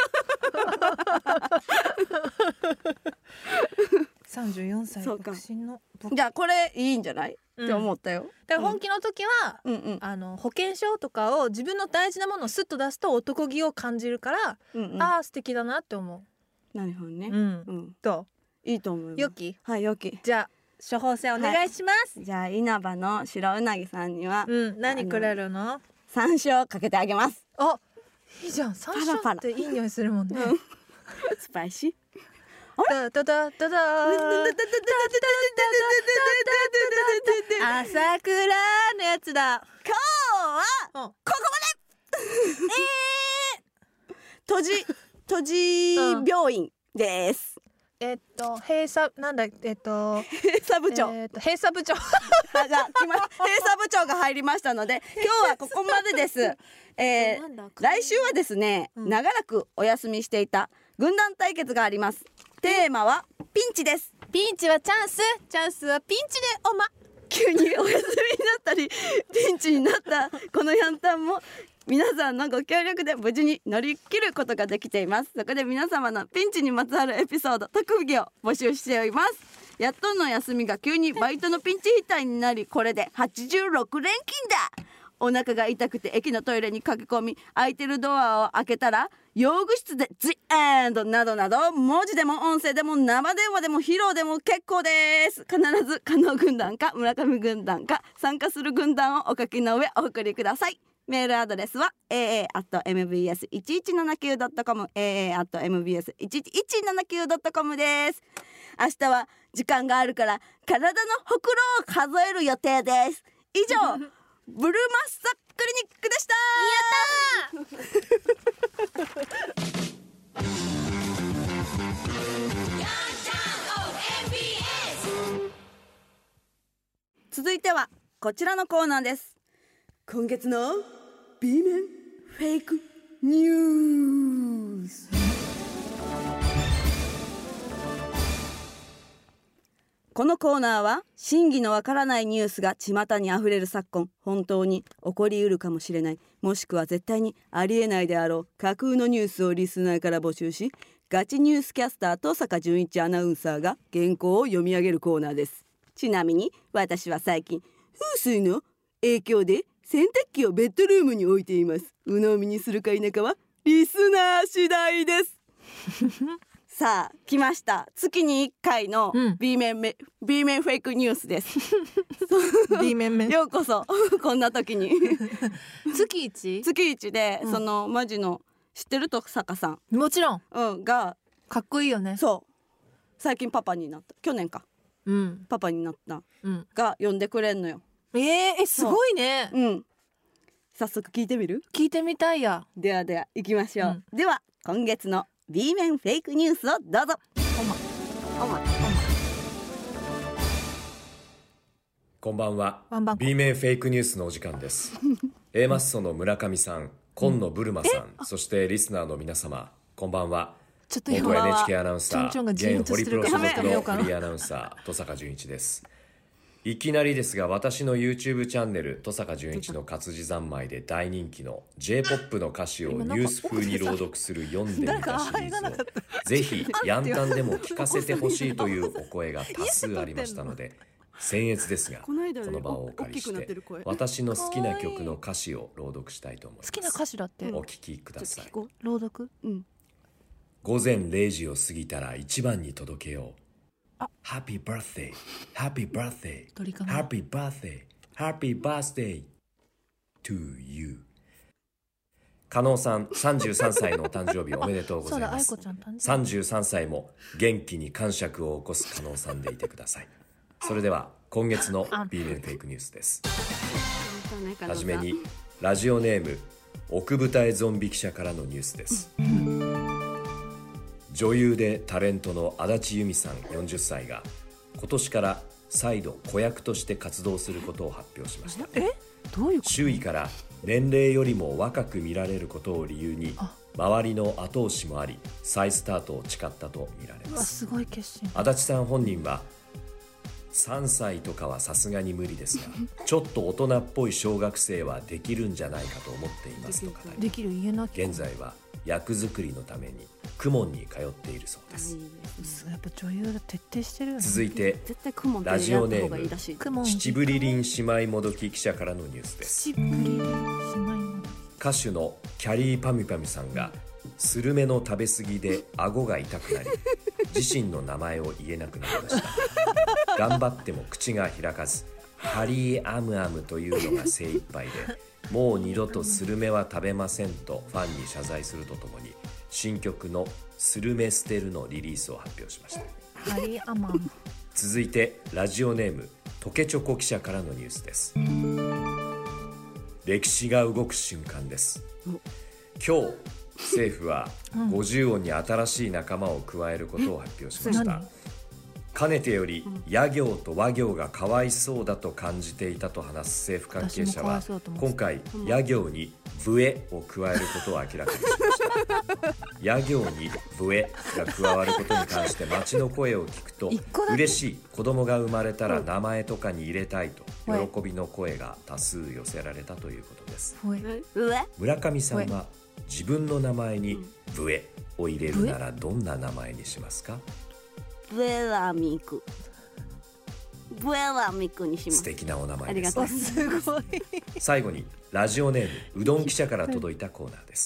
[SPEAKER 2] 34歳独身の。
[SPEAKER 1] じゃあこれいいんじゃない、って思ったよ。
[SPEAKER 2] だから本気の時は、保険証とかを自分の大事なものをスッと出すと男気を感じるから、ああ素敵だなって思う。
[SPEAKER 1] なるほどね。
[SPEAKER 2] ど
[SPEAKER 1] う？いいと思う。
[SPEAKER 2] よき？
[SPEAKER 1] はい、よき。
[SPEAKER 2] じゃあ処方箋お願いします。
[SPEAKER 1] じゃあ稲葉の白うなぎさんには、
[SPEAKER 2] 何くれるの？
[SPEAKER 1] 山椒かけてあげます。
[SPEAKER 2] あ、いいじゃん。山椒っていい匂いするもんね。
[SPEAKER 1] スパイシー。
[SPEAKER 2] ダダダダダ朝倉のやつだ。
[SPEAKER 1] 今日はここまで。閉じ病院です。
[SPEAKER 2] 閉鎖なんだ閉
[SPEAKER 1] 鎖部長。
[SPEAKER 2] 閉鎖部長。
[SPEAKER 1] じゃあ閉鎖部長が入りましたので、今日はここまでです。来週はですね、長らくお休みしていた軍団対決があります。テーマはピンチです。
[SPEAKER 2] ピンチはチャンス、チャンスはピンチで
[SPEAKER 1] 急にお休みになったりピンチになったこのヤンタンも皆さんのご協力で無事に乗り切ることができています。そこで皆様のピンチにまつわるエピソード、特技を募集しております。やっとの休みが急にバイトのピンチヒッターになり、これで86連勤だ。 お腹が痛くて駅のトイレに駆け込み、空いてるドアを開けたら用具室でジエンドなどなど、文字でも音声でも生電話でも披露でも結構です。必ず加納軍団か村上軍団か参加する軍団をお書きの上お送りください。メールアドレスは aa@mbs1179.com aa@mbs1179.com です。明日は時間があるから体のほくろを数える予定です。以上ブルマッサクリニックでした。続いてはこちらのコーナーです。今月の B 面フェイクニュース。このコーナーは真偽のわからないニュースが巷にあふれる昨今、本当に起こりうるかもしれない、もしくは絶対にありえないであろう架空のニュースをリスナーから募集し、ガチニュースキャスターと坂淳一アナウンサーが原稿を読み上げるコーナーです。ちなみに私は最近風水の影響で洗濯機をベッドルームに置いています。鵜呑みにするか否かはリスナー次第ですさあ来ました。月に1回の B 面フェイクニュースです
[SPEAKER 2] B 面
[SPEAKER 1] ようこそこんな時に
[SPEAKER 2] 月一
[SPEAKER 1] で、そのマジの知ってると坂さん、
[SPEAKER 2] もちろん、
[SPEAKER 1] が
[SPEAKER 2] かっこいいよね。
[SPEAKER 1] そう最近パパになった、去年か、パパになった、が呼んでくれんのよ。
[SPEAKER 2] すごいね。
[SPEAKER 1] 早速聞いてみる？
[SPEAKER 2] 聞いてみたいや。
[SPEAKER 1] では行きましょう、では今月の B 面フェイクニュースをどうぞ。
[SPEAKER 3] こんばんは。B 面フェイクニュースのお時間ですA マッソの村上さん、今野ブルマさん、そしてリスナーの皆様、こんばんは。元 NHK アナウンサー、現ホリプロ所属のフリーアナウンサー戸坂淳一です。いきなりですが、私の YouTube チャンネル戸坂淳一の活字三昧で大人気の J-POP の歌詞をニュース風に朗読する読んでみたシリーズをぜひヤンタンでも聞かせてほしいというお声が多数ありましたので、僭越ですがこの場をお借りして私の好きな曲の歌詞を朗読したいと思います。
[SPEAKER 2] 好きな歌詞だって。
[SPEAKER 3] お聞きください。
[SPEAKER 2] 朗読。
[SPEAKER 3] 午前0時を過ぎたら一番に届けよう。Happy birthday, happy birthday, happy birthday, happy birthday to you。 加納さん33歳のお誕生日おめでとうございます。33歳も元気に感触を起こす加納さんでいてください。それでは今月の B 面フェイクニュースです。はじめにラジオネーム奥舞台ゾンビ記者からのニュースです。女優でタレントの足立由美さん40歳が今年から再度子役として活動することを発表しました。
[SPEAKER 2] どういうこと？
[SPEAKER 3] 周囲から年齢よりも若く見られることを理由に周りの後押しもあり再スタートを誓ったとみられます。
[SPEAKER 2] すごい決心。
[SPEAKER 3] 足立さん本人は3歳とかはさすがに無理ですがちょっと大人っぽい小学生はできるんじゃないかと思っていますと語り、
[SPEAKER 2] できる家なき
[SPEAKER 3] 現在は役作りのために公文に通っているそうです。
[SPEAKER 2] やっぱ女優徹底してるよね。
[SPEAKER 3] 続いてラジオネーム七ぶりりん姉妹もどき記者からのニュースです。歌手のキャリーパミュパミュさんがスルメの食べ過ぎで顎が痛くなり自身の名前を言えなくなりました頑張っても口が開かずハリーアムアムというのが精一杯でもう二度とスルメは食べませんとファンに謝罪するとともに新曲のスルメ捨てるのリリースを発表しました。
[SPEAKER 2] ハリーアムアム。
[SPEAKER 3] 続いてラジオネームトケチョコ記者からのニュースです。歴史が動く瞬間です。今日政府は50音に新しい仲間を加えることを発表しました。かねてより野行と和行がかわいそうだと感じていたと話す政府関係者は今回野行にブエを加えることを明らかにしました野行にブエが加わることに関して街の声を聞くと嬉しい、子供が生まれたら名前とかに入れたいと喜びの声が多数寄せられたということです。村上さんは自分の名前にブエを入れるならどんな名前にしますか？
[SPEAKER 1] ブエラミク。 ブエラミクにします。
[SPEAKER 3] 素敵なお名前です。
[SPEAKER 1] ありがとうございます。
[SPEAKER 2] すごい。
[SPEAKER 3] 最後にラジオネームうどん記者から届いたコーナーです。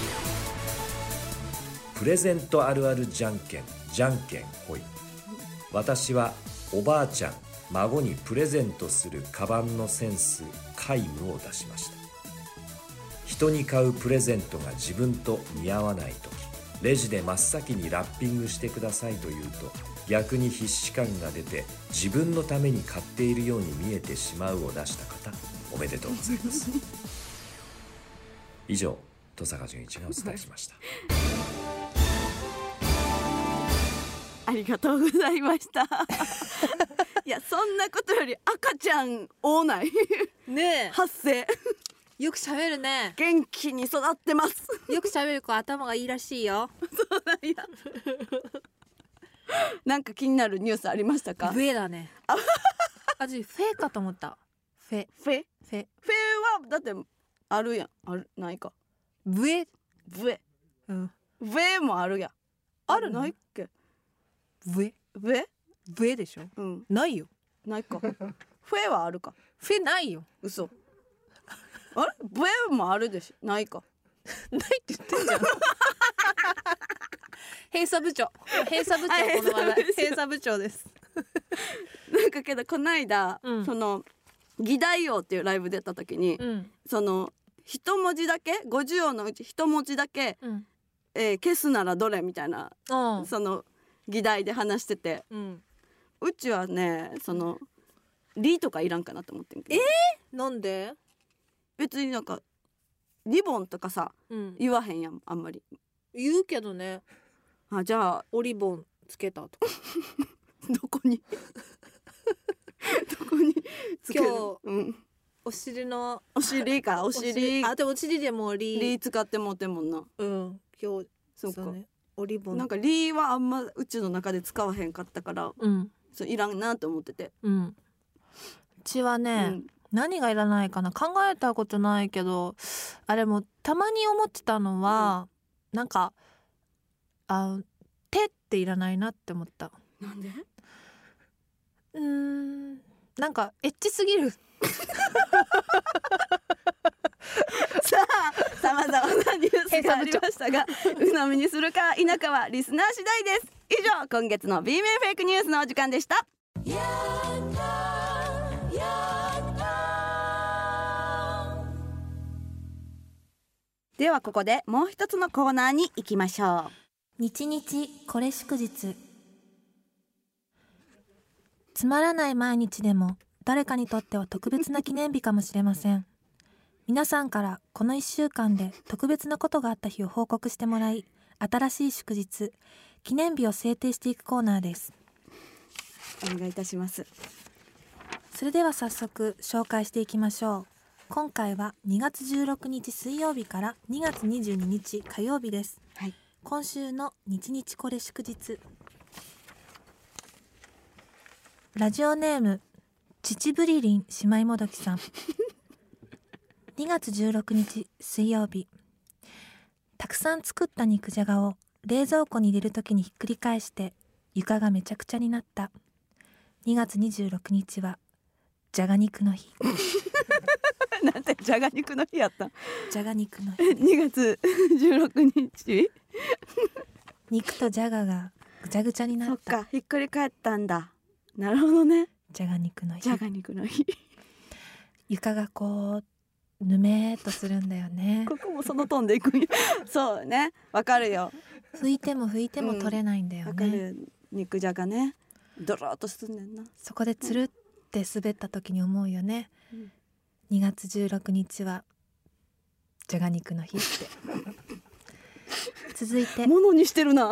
[SPEAKER 3] プレゼントあるあるじゃんけんほい。私はおばあちゃん孫にプレゼントするカバンのセンス皆無を出しました。人に買うプレゼントが自分と似合わないとき、レジで真っ先にラッピングしてくださいと言うと、逆に必死感が出て自分のために買っているように見えてしまうを出した方、おめでとうございます。以上、登坂淳一がお伝えしました。
[SPEAKER 1] ありがとうございましたいや、そんなことより赤ちゃん多ない
[SPEAKER 2] ね
[SPEAKER 1] 発生
[SPEAKER 2] え、よく喋るね。
[SPEAKER 1] 元気に育ってます
[SPEAKER 2] よく喋る子頭がいいらしいよ。
[SPEAKER 1] そうなんやなんか気になるニュースありましたか？
[SPEAKER 2] フェだね私フェかと思った。フェ
[SPEAKER 1] はだってあるやん。あるないか。
[SPEAKER 2] ブエ
[SPEAKER 1] ブエもあるやん。あるないっけ？
[SPEAKER 2] ブエでしょ、
[SPEAKER 1] うん、
[SPEAKER 2] ないよ。
[SPEAKER 1] ないかフェはあるか。
[SPEAKER 2] フェないよ。
[SPEAKER 1] 嘘あれブエもあるでしょ。ないか
[SPEAKER 2] ないって言ってんじゃん閉鎖部長この話題閉鎖部長です
[SPEAKER 1] なんかけどこないだ、その義太夫っていうライブ出た時に、その一文字だけ50音のうち一文字だけ、消すならどれみたいな、その議題で話してて、うちはねそのリとかいらんかなと思ってんけど。
[SPEAKER 2] なんで？
[SPEAKER 1] 別になんかリボンとかさ、言わへんやん。あんまり
[SPEAKER 2] 言うけどね。
[SPEAKER 1] あ、じゃあ
[SPEAKER 2] おリボンつけたとか
[SPEAKER 1] どこにつける？
[SPEAKER 2] 今日、お尻かお
[SPEAKER 1] 尻
[SPEAKER 2] あ、でもお尻でも
[SPEAKER 1] リ使ってもうてんもんな。
[SPEAKER 2] 今日
[SPEAKER 1] そうか、
[SPEAKER 2] ね、おリボン
[SPEAKER 1] なんかリはあんまうちの中で使わへんかったから、そういらんなと思ってて。
[SPEAKER 2] うちはね、何がいらないかな、考えたことないけど、あれもたまに思ってたのは、なんか手っていらないなって思った。
[SPEAKER 1] なんで？
[SPEAKER 2] なんかエッチすぎる
[SPEAKER 1] さあ、様々なニュースがありましたが鵜呑みにするか否かはリスナー次第です。以上、今月の B 面フェイクニュースのお時間でした。ではここでもう一つのコーナーに行きましょう。
[SPEAKER 2] 日日これ祝日。つまらない毎日でも誰かにとっては特別な記念日かもしれません。皆さんからこの1週間で特別なことがあった日を報告してもらい、新しい祝日、記念日を制定していくコーナーです。
[SPEAKER 1] お願いいたします。
[SPEAKER 2] それでは早速紹介していきましょう。今回は2月16日水曜日から2月22日火曜日です。今週の日日これ祝日。ラジオネーム秩父リリン姉妹もどきさん2月16日水曜日、たくさん作った肉じゃがを冷蔵庫に入れるときにひっくり返して床がめちゃくちゃになった。2月26日はじゃが肉の日
[SPEAKER 1] なんてじゃが肉の日やった。
[SPEAKER 2] じゃが肉の日
[SPEAKER 1] 2月16日
[SPEAKER 2] 肉とじゃががぐちゃぐちゃになった。
[SPEAKER 1] そっか、ひっくり返ったんだ。なるほどね。
[SPEAKER 2] じゃが肉の日。
[SPEAKER 1] じゃが肉の日
[SPEAKER 2] 床がこうぬめーっとするんだよね。
[SPEAKER 1] ここもそのトーンでいくんやそうね、わかるよ。
[SPEAKER 2] 拭いても拭いても取れないんだよね。
[SPEAKER 1] わかる。肉じゃがね、ドローっとすんねんな。
[SPEAKER 2] そこでつるって滑った時に思うよね、2月16日はじゃが肉の日って続いて
[SPEAKER 1] ものにしてるな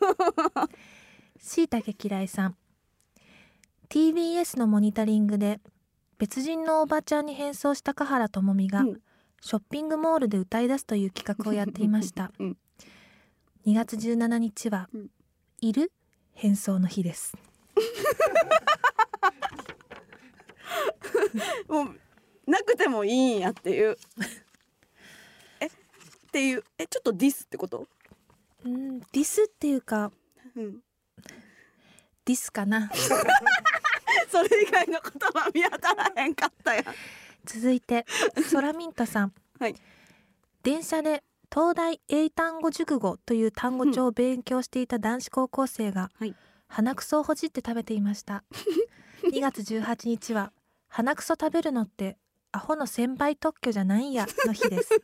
[SPEAKER 2] しいたけ嫌いさん。 TBS のモニタリングで別人のおばちゃんに変装した華原朋美がショッピングモールで歌い出すという企画をやっていました、2月17日は、いる変装の日です
[SPEAKER 1] もうなくてもいいんやっていうっていうちょっとディスってこと？
[SPEAKER 2] ディスっていうか、ディスかな
[SPEAKER 1] それ以外の言葉見当たらへんかったやん。
[SPEAKER 2] 続いてソラミントさん、
[SPEAKER 1] はい、
[SPEAKER 2] 電車で東大英単語熟語という単語帳を勉強していた男子高校生が、
[SPEAKER 1] はい、
[SPEAKER 2] 鼻くそをほじって食べていました2月18日は鼻くそ食べるのってアホの専売特許じゃないんやの日です、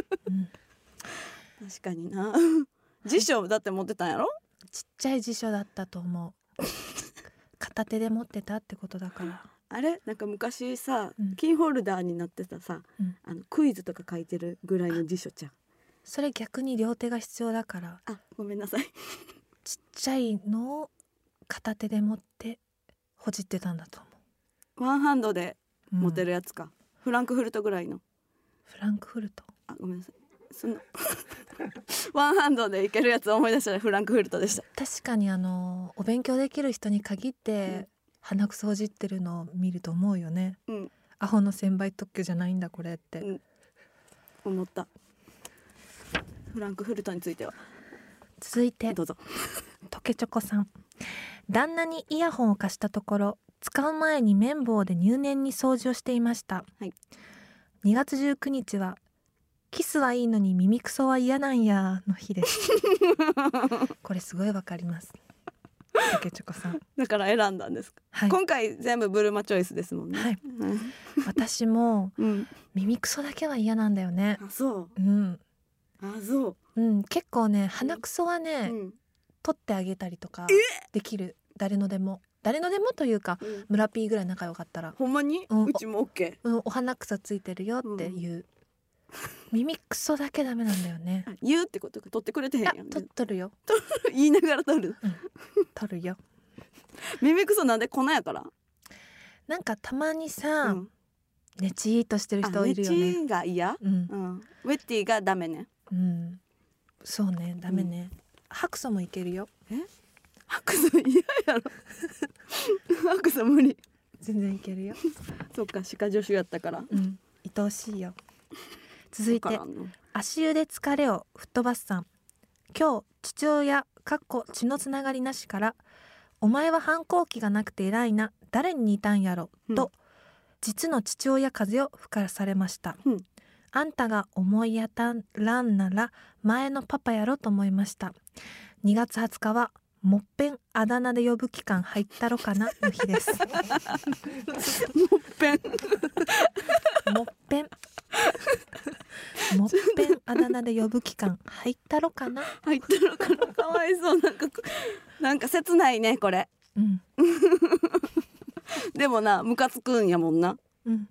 [SPEAKER 1] 確かにな。辞書だって持ってたんやろ。
[SPEAKER 2] ちっちゃい辞書だったと思う片手で持ってたってことだから。
[SPEAKER 1] あれなんか昔さ、キーホルダーになってたさ、クイズとか書いてるぐらいの辞書ちゃん。
[SPEAKER 2] それ逆に両手が必要だから。
[SPEAKER 1] あ、ごめんなさい。
[SPEAKER 2] ちっちゃいのを片手で持ってほじってたんだと思
[SPEAKER 1] う。ワンハンドで持てるやつか、フランクフルトぐらいの。
[SPEAKER 2] フランクフルト、
[SPEAKER 1] あ、ごめんなさい。そのワンハンドでいけるやつを思い出したらフランクフルトでした。
[SPEAKER 2] 確かにお勉強できる人に限って、鼻くそほじってるのを見ると思うよね、アホの専売特許じゃないんだこれって、
[SPEAKER 1] 思った。フランクフルトについては。
[SPEAKER 2] 続いて
[SPEAKER 1] どうぞ。
[SPEAKER 2] トケチョコさん、旦那にイヤホンを貸したところ使う前に綿棒で入念に掃除をしていました、2月19日はキスはいいのに耳くそは嫌なんやの日ですこれすごいわかります、トケチョコさん。
[SPEAKER 1] だから選んだんですか、今回全部ブルマチョイスですもんね、
[SPEAKER 2] 私も、耳くそだけは嫌なんだよね。
[SPEAKER 1] あ、そう、あ、そう、
[SPEAKER 2] 結構ね鼻くそはね、取ってあげたりとかできる。誰のでもというか、村 P ぐらい仲良かったら。
[SPEAKER 1] ほんまに、うちも OK、
[SPEAKER 2] お鼻くそついてるよっていう、耳くそだけダメなんだよね。
[SPEAKER 1] 言うってことか。取ってくれてへんやん。
[SPEAKER 2] 取るよ
[SPEAKER 1] 言いながら取る、
[SPEAKER 2] 取るよ。
[SPEAKER 1] 耳くそなんで粉やから。
[SPEAKER 2] なんかたまにさ、ネチーとしてる人いるよね。
[SPEAKER 1] ネチーが嫌、ウェッティがダメね。
[SPEAKER 2] そうね、ダメね、ハクソもいけるよ。
[SPEAKER 1] ハクソ嫌やろハクソ無理。
[SPEAKER 2] 全然いけるよそ
[SPEAKER 1] っか、歯科助手やったから、
[SPEAKER 2] 愛おしいよ。続いて足湯で疲れを吹っ飛ばすさん、今日父親血のつながりなしからお前は反抗期がなくて偉いな、誰に似たんやろ、と実の父親風を吹かされました、あんたが思い当たらんなら前のパパやろと思いました。2月20日はもっぺんあだ名で呼ぶ期間入ったろかなの日ですもっ
[SPEAKER 1] ぺん
[SPEAKER 2] もっぺんもっぺんあだ名で呼ぶ期間入ったろかな。
[SPEAKER 1] 入ったろかな。かわいそう。なんか切ないねこれ、でもな、ムカつくんやもんな、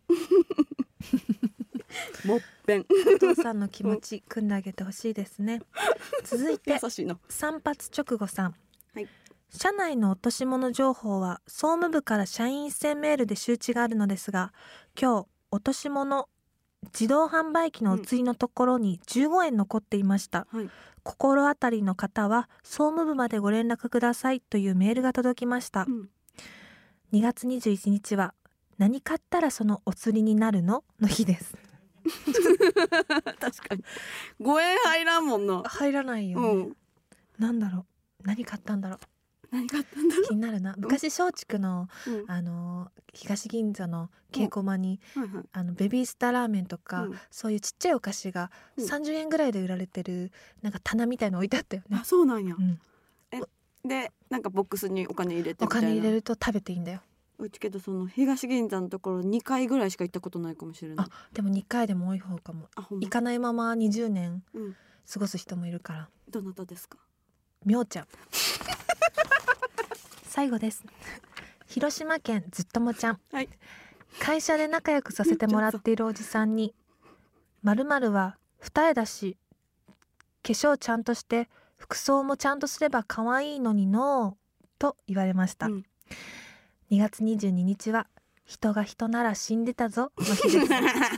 [SPEAKER 1] もっぺん。
[SPEAKER 2] お父さんの気持ち組んであげてほしいですね。続いて
[SPEAKER 1] 優しいの。
[SPEAKER 2] 散髪直後さん、社内の落とし物情報は総務部から社員1000メールで周知があるのですが、今日落とし物自動販売機の写りのところに15円残っていました、心当たりの方は総務部までご連絡くださいというメールが届きました、2月21日は何買ったらそのお釣りになるのの日です
[SPEAKER 1] 確かに5円入らんもんな。
[SPEAKER 2] 入らないよね、なんだろう、何買ったんだろう、気になるな。昔松竹の、東銀座の稽古場に、ベビースターラーメンとか、そういうちっちゃいお菓子が30円ぐらいで売られてるなんか棚みたいの置いてあったよね。
[SPEAKER 1] あ、そうなんや、でなんかボックスにお金入れてみたいな。
[SPEAKER 2] お金入れると食べていいんだよ。
[SPEAKER 1] うちけどその東銀座のところ2回ぐらいしか行ったことないかもしれない。
[SPEAKER 2] でも2回でも多い方かも。行かないまま20年過ごす人もいるから。
[SPEAKER 1] どなたですか？
[SPEAKER 2] みょうちゃん最後です。広島県ずっともちゃん、会社で仲良くさせてもらっているおじさんに〇〇は二重だし化粧ちゃんとして服装もちゃんとすれば可愛いのにのと言われました、2月22日は人が人なら死んでたぞの日です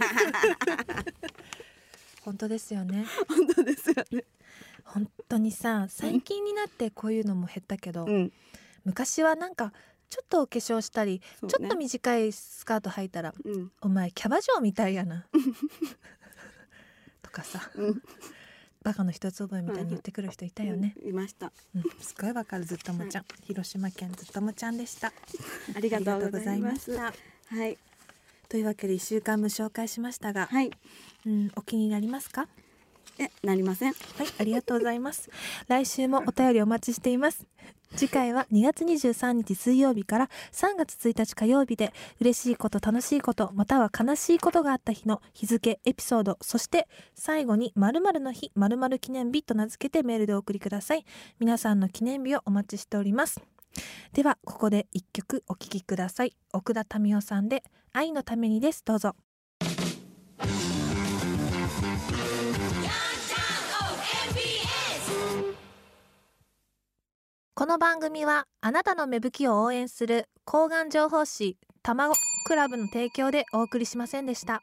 [SPEAKER 2] 本当ですよね。
[SPEAKER 1] 本当ですよね。
[SPEAKER 2] 本当にさ、最近になってこういうのも減ったけど、昔はなんかちょっとお化粧したり、ちょっと短いスカート履いたら、お前キャバ嬢みたいやなとかさ、 バカの一つ覚えみたいに言ってくる人いたよね、
[SPEAKER 1] いました、
[SPEAKER 2] すごいわかる。ずっともちゃん、広島県ずっともちゃんでした。
[SPEAKER 1] ありがとうございました。はい、
[SPEAKER 2] というわけで1週間分紹介しましたが、
[SPEAKER 1] はい、
[SPEAKER 2] お気になりますか？
[SPEAKER 1] なりません。
[SPEAKER 2] はい、ありがとうございます。来週もお便りお待ちしています。次回は2月23日水曜日から3月1日火曜日で、嬉しいこと、楽しいこと、または悲しいことがあった日の日付、エピソード、そして最後に〇〇の日、〇〇記念日と名付けてメールでお送りください。皆さんの記念日をお待ちしております。ではここで1曲お聴きください。奥田民生さんで愛のためにです。どうぞ。この番組はあなたの芽吹きを応援する抗がん情報誌たまごクラブの提供でお送りしませんでした。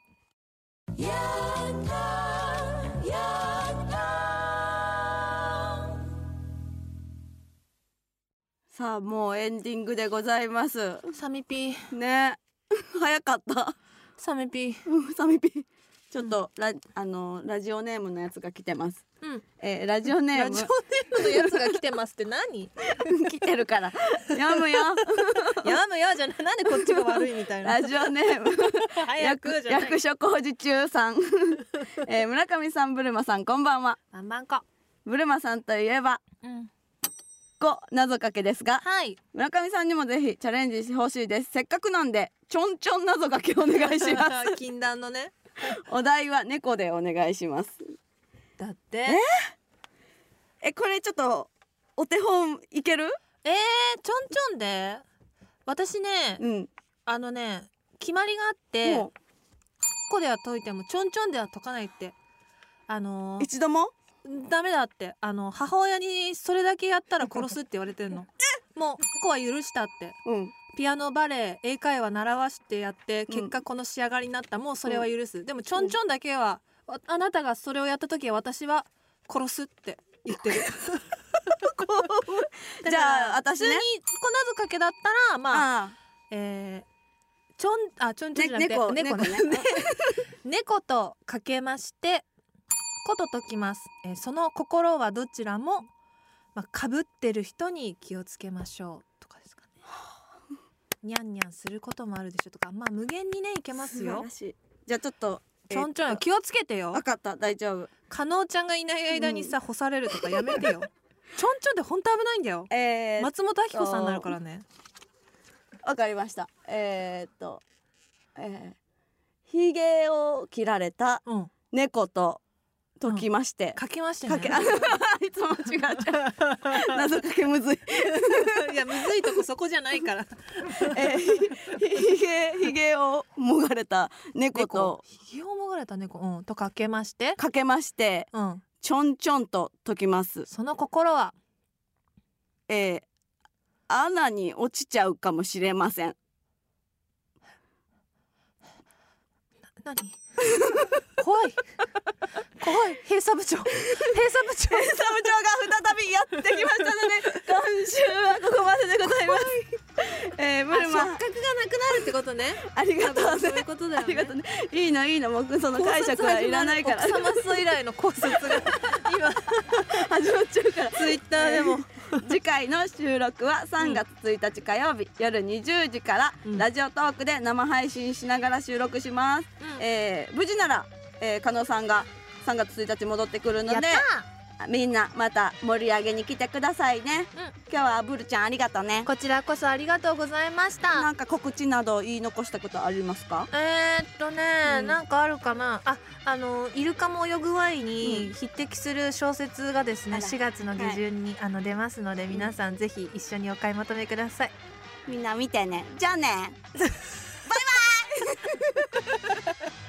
[SPEAKER 1] さあもうエンディングでございます。
[SPEAKER 2] サミピー
[SPEAKER 1] ね早かった。
[SPEAKER 2] サミピー、
[SPEAKER 1] サミピーちょっと、ラジオネームのやつが来てます、ラジオネーム
[SPEAKER 2] のやつが来てますって何
[SPEAKER 1] 来てるから読むよ
[SPEAKER 2] 読むよじゃない、なんでこっちが悪いみたいな。
[SPEAKER 1] ラジオネーム
[SPEAKER 2] 早くじゃない、
[SPEAKER 1] 役所工事中さん村上さん、ブルマさん、こんばんは。
[SPEAKER 2] あんばんこ。
[SPEAKER 1] ブルマさんといえば、謎かけですが、
[SPEAKER 2] はい、
[SPEAKER 1] 村上さんにもぜひチャレンジしてほしいです。せっかくなんでちょんちょん謎かけお願いします
[SPEAKER 2] 禁断のね
[SPEAKER 1] お題は猫でお願いします。
[SPEAKER 2] だって
[SPEAKER 1] これちょっとお手本いける？
[SPEAKER 2] ちょんちょんで私ね、決まりがあって、ここでは解いてもちょんちょんでは解かないって、
[SPEAKER 1] 一度も
[SPEAKER 2] ダメだって、母親にそれだけやったら殺すって言われてるのもうここは許したって、ピアノ、バレエ、英会話習わしてやって結果この仕上がりになった、もうそれは許す、でもちょんちょんだけは、あなたがそれをやった時は私は殺すって言ってる
[SPEAKER 1] じゃあ私ね、
[SPEAKER 2] 普通に小謎かけだったらまあちょんちょんじゃなくて猫ね猫とかけましてこと解きます。その心はどちらもかぶってる人に気をつけましょうとかですかね。にゃんにゃんすることもあるでしょとか、無限にねいけますよ。
[SPEAKER 1] じゃあちょっと
[SPEAKER 2] ちょんちょん気をつけてよ。
[SPEAKER 1] 分かった、大丈夫。
[SPEAKER 2] 加納ちゃんがいない間にさ、干されるとかやめてよちょんちょんで本当危ないんだよ。松本明子さんになるからね。
[SPEAKER 1] わかりました。ひげを切られた猫と解きまして、
[SPEAKER 2] 書きましてね
[SPEAKER 1] いつも違っちゃう謎かけむずい
[SPEAKER 2] いやむずいとこそこじゃないから
[SPEAKER 1] ひげをもがれた猫と
[SPEAKER 2] ひげをもがれた猫、とかけまして
[SPEAKER 1] ちょんちょんと解きます。
[SPEAKER 2] その心は
[SPEAKER 1] 穴に落ちちゃうかもしれません。
[SPEAKER 2] 何怖い閉鎖部長が
[SPEAKER 1] 再びやってきましたので今週はここまででございます。ブルマ
[SPEAKER 2] 触覚がなくなるってことね。
[SPEAKER 1] ありがとうね。
[SPEAKER 2] そういうことだよね。
[SPEAKER 1] ありがとうね。いいの僕その解釈はいらないから。
[SPEAKER 2] 奥様ス以来の考察が今
[SPEAKER 1] 始まっちゃうから。
[SPEAKER 2] ツイッターでも
[SPEAKER 1] 次回の収録は3月1日火曜日、夜20時から、ラジオトークで生配信しながら収録します。無事なら、加納さんが3月1日戻ってくるので、みんなまた盛り上げに来てくださいね。今日はブルちゃんありがとうね。
[SPEAKER 2] こちらこそありがとうございました。
[SPEAKER 1] なんか告知など言い残したことありますか？
[SPEAKER 2] なんかあるかな。イルカも泳ぐワイに匹敵する小説がですね、4月の下旬に出ますので、皆さんぜひ一緒にお買い求めください。
[SPEAKER 1] みんな見てね。じゃあねバイバイ